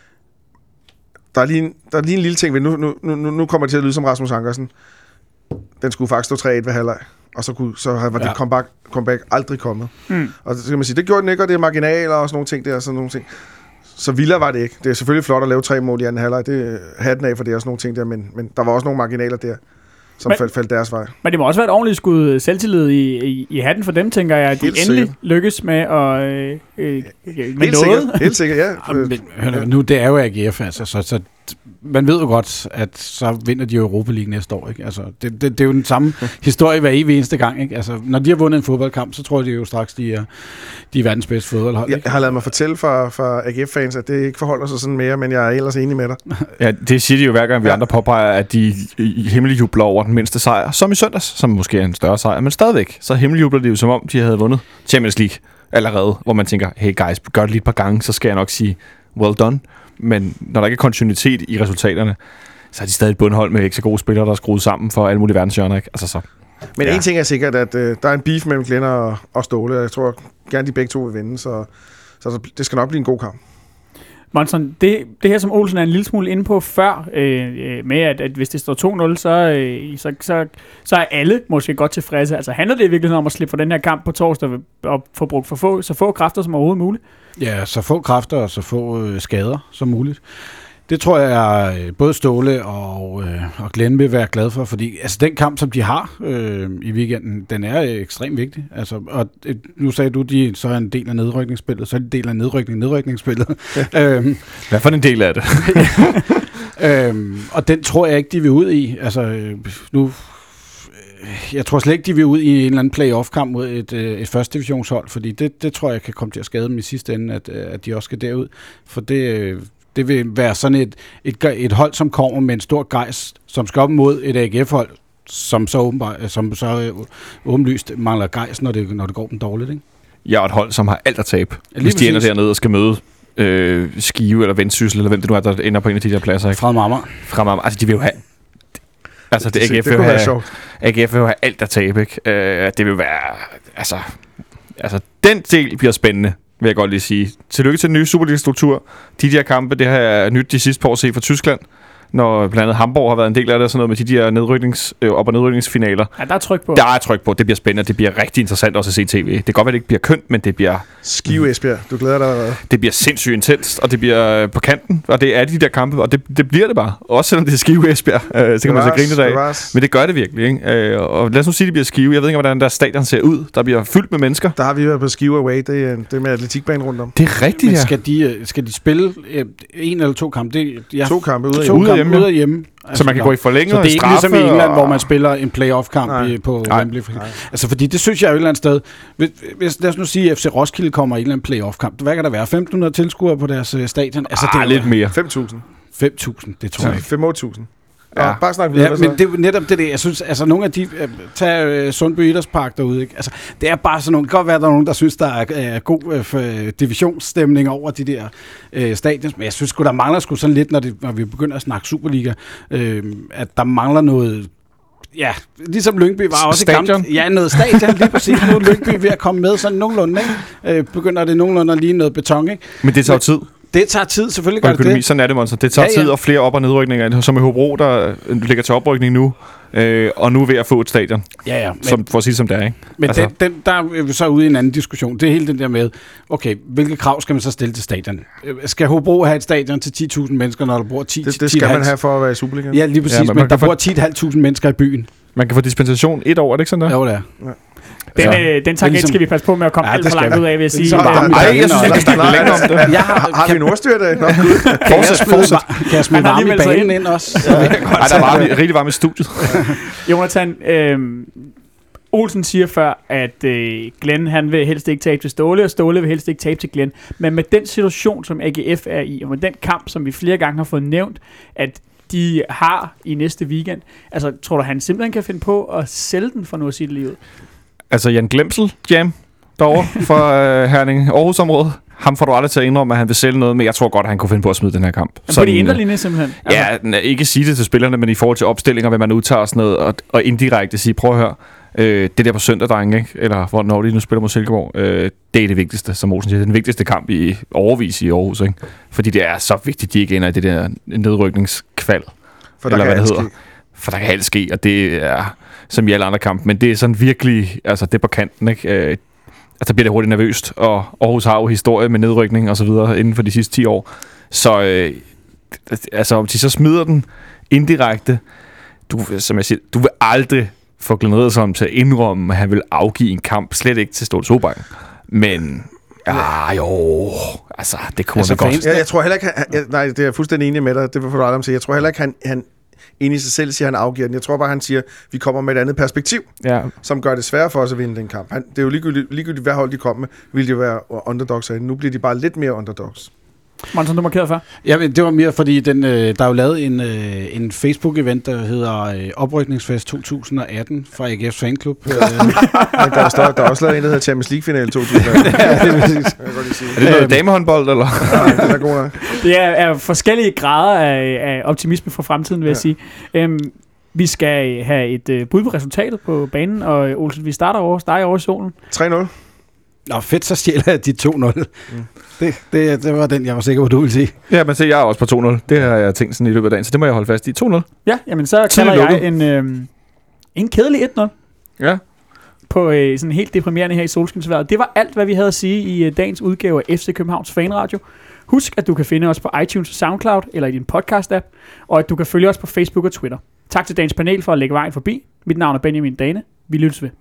Der er lige en lille ting ved, nu kommer det til at lyde som Rasmus Ankersen. Den skulle faktisk stå 3-1 ved halvleg, og så var det comeback aldrig kommet. Og så kan man sige, det gjorde den ikke, og det er marginaler og sådan nogle ting der, sådan nogle ting. Så vildere var det ikke. Det er selvfølgelig flot at lave 3 mål i anden halvleg, det hatten af for det og sådan nogle ting der, men der var også nogle marginaler der, som faldt deres vej. Men det må også være et ordentligt skud selvtillid i hatten for dem, tænker jeg, at de endelig lykkes med at med noget. Helt sikkert, ja. Men nu, det er jo AGF, altså, så man ved jo godt, at så vinder de jo Europa League næste år, ikke? Altså, det er jo den samme historie hver evig eneste gang, ikke? Altså, når de har vundet en fodboldkamp, så tror jeg jo straks, de er verdens bedste fodboldhold. Jeg har ladet mig fortælle fra AGF-fans, at det ikke forholder sig sådan mere, men jeg er ellers enig med dig. Ja, det siger de jo hver gang, vi andre påpeger, at de himmeljubler over den mindste sejr, som i søndags, som måske er en større sejr, men stadigvæk, så himmeljubler de jo som om, de havde vundet Champions League allerede, hvor man tænker, hey guys, gør det lige et par gange, så skal jeg nok sige, well done. Men når der ikke er kontinuitet i resultaterne, så er de stadig et bundhold med ikke så gode spillere, der er skruet sammen for alle mulige verdenshjørner, ikke? Altså så. Men en ting er sikkert, at der er en beef mellem Glenn og Ståle, og jeg tror gerne, de begge to vil vinde, så det skal nok blive en god kamp. Monson, det her, som Olsen er en lille smule inde på før, med at hvis det står 2-0, så er alle måske godt tilfredse. Altså handler det virkelig om at slippe for den her kamp på torsdag og få brugt så få kræfter som overhovedet muligt? Ja, så få kræfter og så få skader som muligt. Det tror jeg, både Ståle og Glenn vil være glad for, fordi altså, den kamp, som de har i weekenden, den er ekstremt vigtig. Altså, og nu sagde du, de så er en del af nedrykningsspillet, så er de en del af nedrykningsspillet. Hvad for en del af det? Og den tror jeg ikke, de vil ud i. Altså, jeg tror slet ikke, de vil ud i en eller anden playoff-kamp mod et første divisionshold, fordi det tror jeg kan komme til at skade dem i sidste ende, at de også skal derud. For det vil være sådan et hold, som kommer med en stor gejst, som skal op mod et AGF-hold, som så åbenlyst mangler gejst, når det går dem dårligt, ikke? Ja, og et hold, som har alt at tabe. Hvis de ender dernede og skal møde Skive eller Vendsyssel, eller hvem det nu er, der ender på en af de der pladser, ikke? Fra Amager. Altså, de vil jo have... Altså, AGF vil jo have alt at tabe, ikke? Det vil være... Altså, den del bliver spændende, vil jeg godt lige sige. Tillykke til den nye Superliga-struktur. De der kampe, det har jeg nyt de sidste par år set fra Tyskland, når blandt andet Hamburg har været en del af det, sådan noget med de der op- og nedrykningsfinaler. Ja, der er tryk på. Der er tryk på. Det bliver spændende. Det bliver rigtig interessant også at se tv. Det kan godt være, det ikke bliver kønt, men det bliver... Skive Esbjerg, du glæder dig allerede. Det bliver sindssygt intenst, og det bliver på kanten, og det er de der kampe, og det bliver det bare. Også selvom det er Skive Esbjerg, så kan man så grine det af. Men det gør det virkelig, ikke? Og lad os nu sige, det bliver Skive. Jeg ved ikke, hvordan der stadion ser ud. Der bliver fyldt med mennesker. Der har vi været på Skive Away. Det er med atletikbanen rundt om. Det er rigtigt, men skal de spille en eller to kampe? To kampe ude af hjemme. Altså, så man kan gå i forlænget. Så det er ikke ligesom i England, hvor man spiller en playoff-kamp på Wembley. Altså, fordi det synes jeg jo et eller andet sted. Hvis lad os nu sige, at FC Roskilde kommer i en eller anden playoff-kamp. Hvad kan der være? 1.500 tilskuere på deres stadion? Altså, det er lidt mere. 5.000. 5.000, det tror jeg ikke. 5.000. Ja, bare snak videre. Ja, men det er jo netop det. Jeg synes, altså nogle af de... Tag Sundby Idrætspark derude, ikke? Altså, det er bare sådan nogle... Det kan godt være, der er nogen, der synes, der er god divisionsstemning over de der stadions, men jeg synes der mangler sgu sådan lidt, når vi begynder at snakke Superliga, at der mangler noget... Ja, ligesom Lyngby var også stadion. I kamp. Ja, noget stadion, lige præcis. Nu er Lyngby ved at komme med sådan nogenlunde, ikke? Begynder det nogenlunde at ligne noget beton, ikke? Men det tager tid. Det tager tid, selvfølgelig gør økonomi, det. Sådan er det, Monson. Det tager tid og flere op- og nedrykninger, som i Hobro, der ligger til oprykning nu, og nu er ved at få et stadion. Ja. Men, for at sige det som det er, ikke? Men altså. Der er vi så ude i en anden diskussion. Det er hele den der med, okay, hvilke krav skal man så stille til stadion? Skal Hobro have et stadion til 10.000 mennesker, når der bor 10.000? Det skal man have for at være i Superligaen. Ja, lige præcis, men der bor 10.500 mennesker i byen. Man kan få dispensation 1 år, er det ikke sådan der? Jo, det er. Ja. Den tangent skal vi passe på med at komme alt for langt ud af, vil jeg sige. Nej, jeg synes, vi kan snakke længere om det. Har vi en ordstyr der? Fortsæt. Kan jeg smide varme i banen ind også? Nej, der var rigtig varme i studiet. Jonathan, Olsen siger før, at Glenn han vil helst ikke tabe til Ståle, og Ståle vil helst ikke tabe til Glenn. Men med den situation, som AGF er i, og med den kamp, som vi flere gange har fået nævnt, at de har i næste weekend, altså tror du, han simpelthen kan finde på at sælge den for nu at sige det lige ud? Altså Jan Glemsel Jam derovre fra Herning Aarhus-området. Ham får du aldrig til at indrømme, at han vil sælge noget, men jeg tror godt, at han kunne finde på at smide den her kamp. Men på de indre linje simpelthen? Altså. Ja, ikke sige det til spillerne, men i forhold til opstillinger, hvad man udtager og sådan noget, og indirekte sige, prøv at høre, det der på søndag, drenge, ikke? Eller hvornår de nu spiller mod Silkeborg, det er det vigtigste, som Olsen siger. Det er den vigtigste kamp i overvis i Aarhus, ikke? Fordi det er så vigtigt, de ikke ender i det der nedrykningskval. For der kan alt ske. For der kan alt ske, og det er som i alle andre kampe, men det er sådan virkelig, altså det er på kanten, ikke? Altså bliver det hurtigt nervøst, og Aarhus har jo historie med nedrykning og så videre inden for de sidste 10 år. Så altså om de så smider den indirekte, som jeg siger, du vil aldrig få Glenn Riddersholm til at indrømme, at han vil afgive en kamp, slet ikke til Ståle Solbakken. Men altså det kunne altså, godt. Jeg tror heller ikke, nej, det er jeg fuldstændig enig med dig, det vil få dig aldrig om til. Jeg tror heller ikke, han inde i sig selv siger, han afgiver den. Jeg tror bare, han siger, vi kommer med et andet perspektiv, som gør det sværere for os at vinde den kamp. Det er jo ligegyldigt hvad hold de kommer med, ville de være underdogs af. Nu bliver de bare lidt mere underdogs. Monson, du markerede før? Ja, men det var mere, fordi der er jo lavet en Facebook-event, der hedder Oprykningsfest 2018 fra AGF's fanklub. Der er også lavet en, der hedder Champions League-finale 2018. Ja, det er præcis. Er det noget damehåndbold, eller? Ja, det er god nok. Det er forskellige grader af optimisme for fremtiden, vil jeg sige. Vi skal have et bud på resultatet på banen, og Olsen, vi starter over dig over i solen. 3-0. Nå, fedt, så stjæler jeg de 2-0. Det var den, jeg var sikker på, du ville sige. Ja, men se, jeg er også på 2-0. Det har jeg tænkt sådan i løbet af dagen, så det må jeg holde fast i. 2-0. Ja, jamen så kalder jeg en kedelig 1-0. Ja. På sådan helt deprimerende her i solskinsvejret. Det var alt, hvad vi havde at sige i dagens udgave af FC Københavns Fanradio. Husk, at du kan finde os på iTunes og SoundCloud, eller i din podcast-app, og at du kan følge os på Facebook og Twitter. Tak til dagens panel for at lægge vejen forbi. Mit navn er Benjamin Dane. Vi lyttes ved.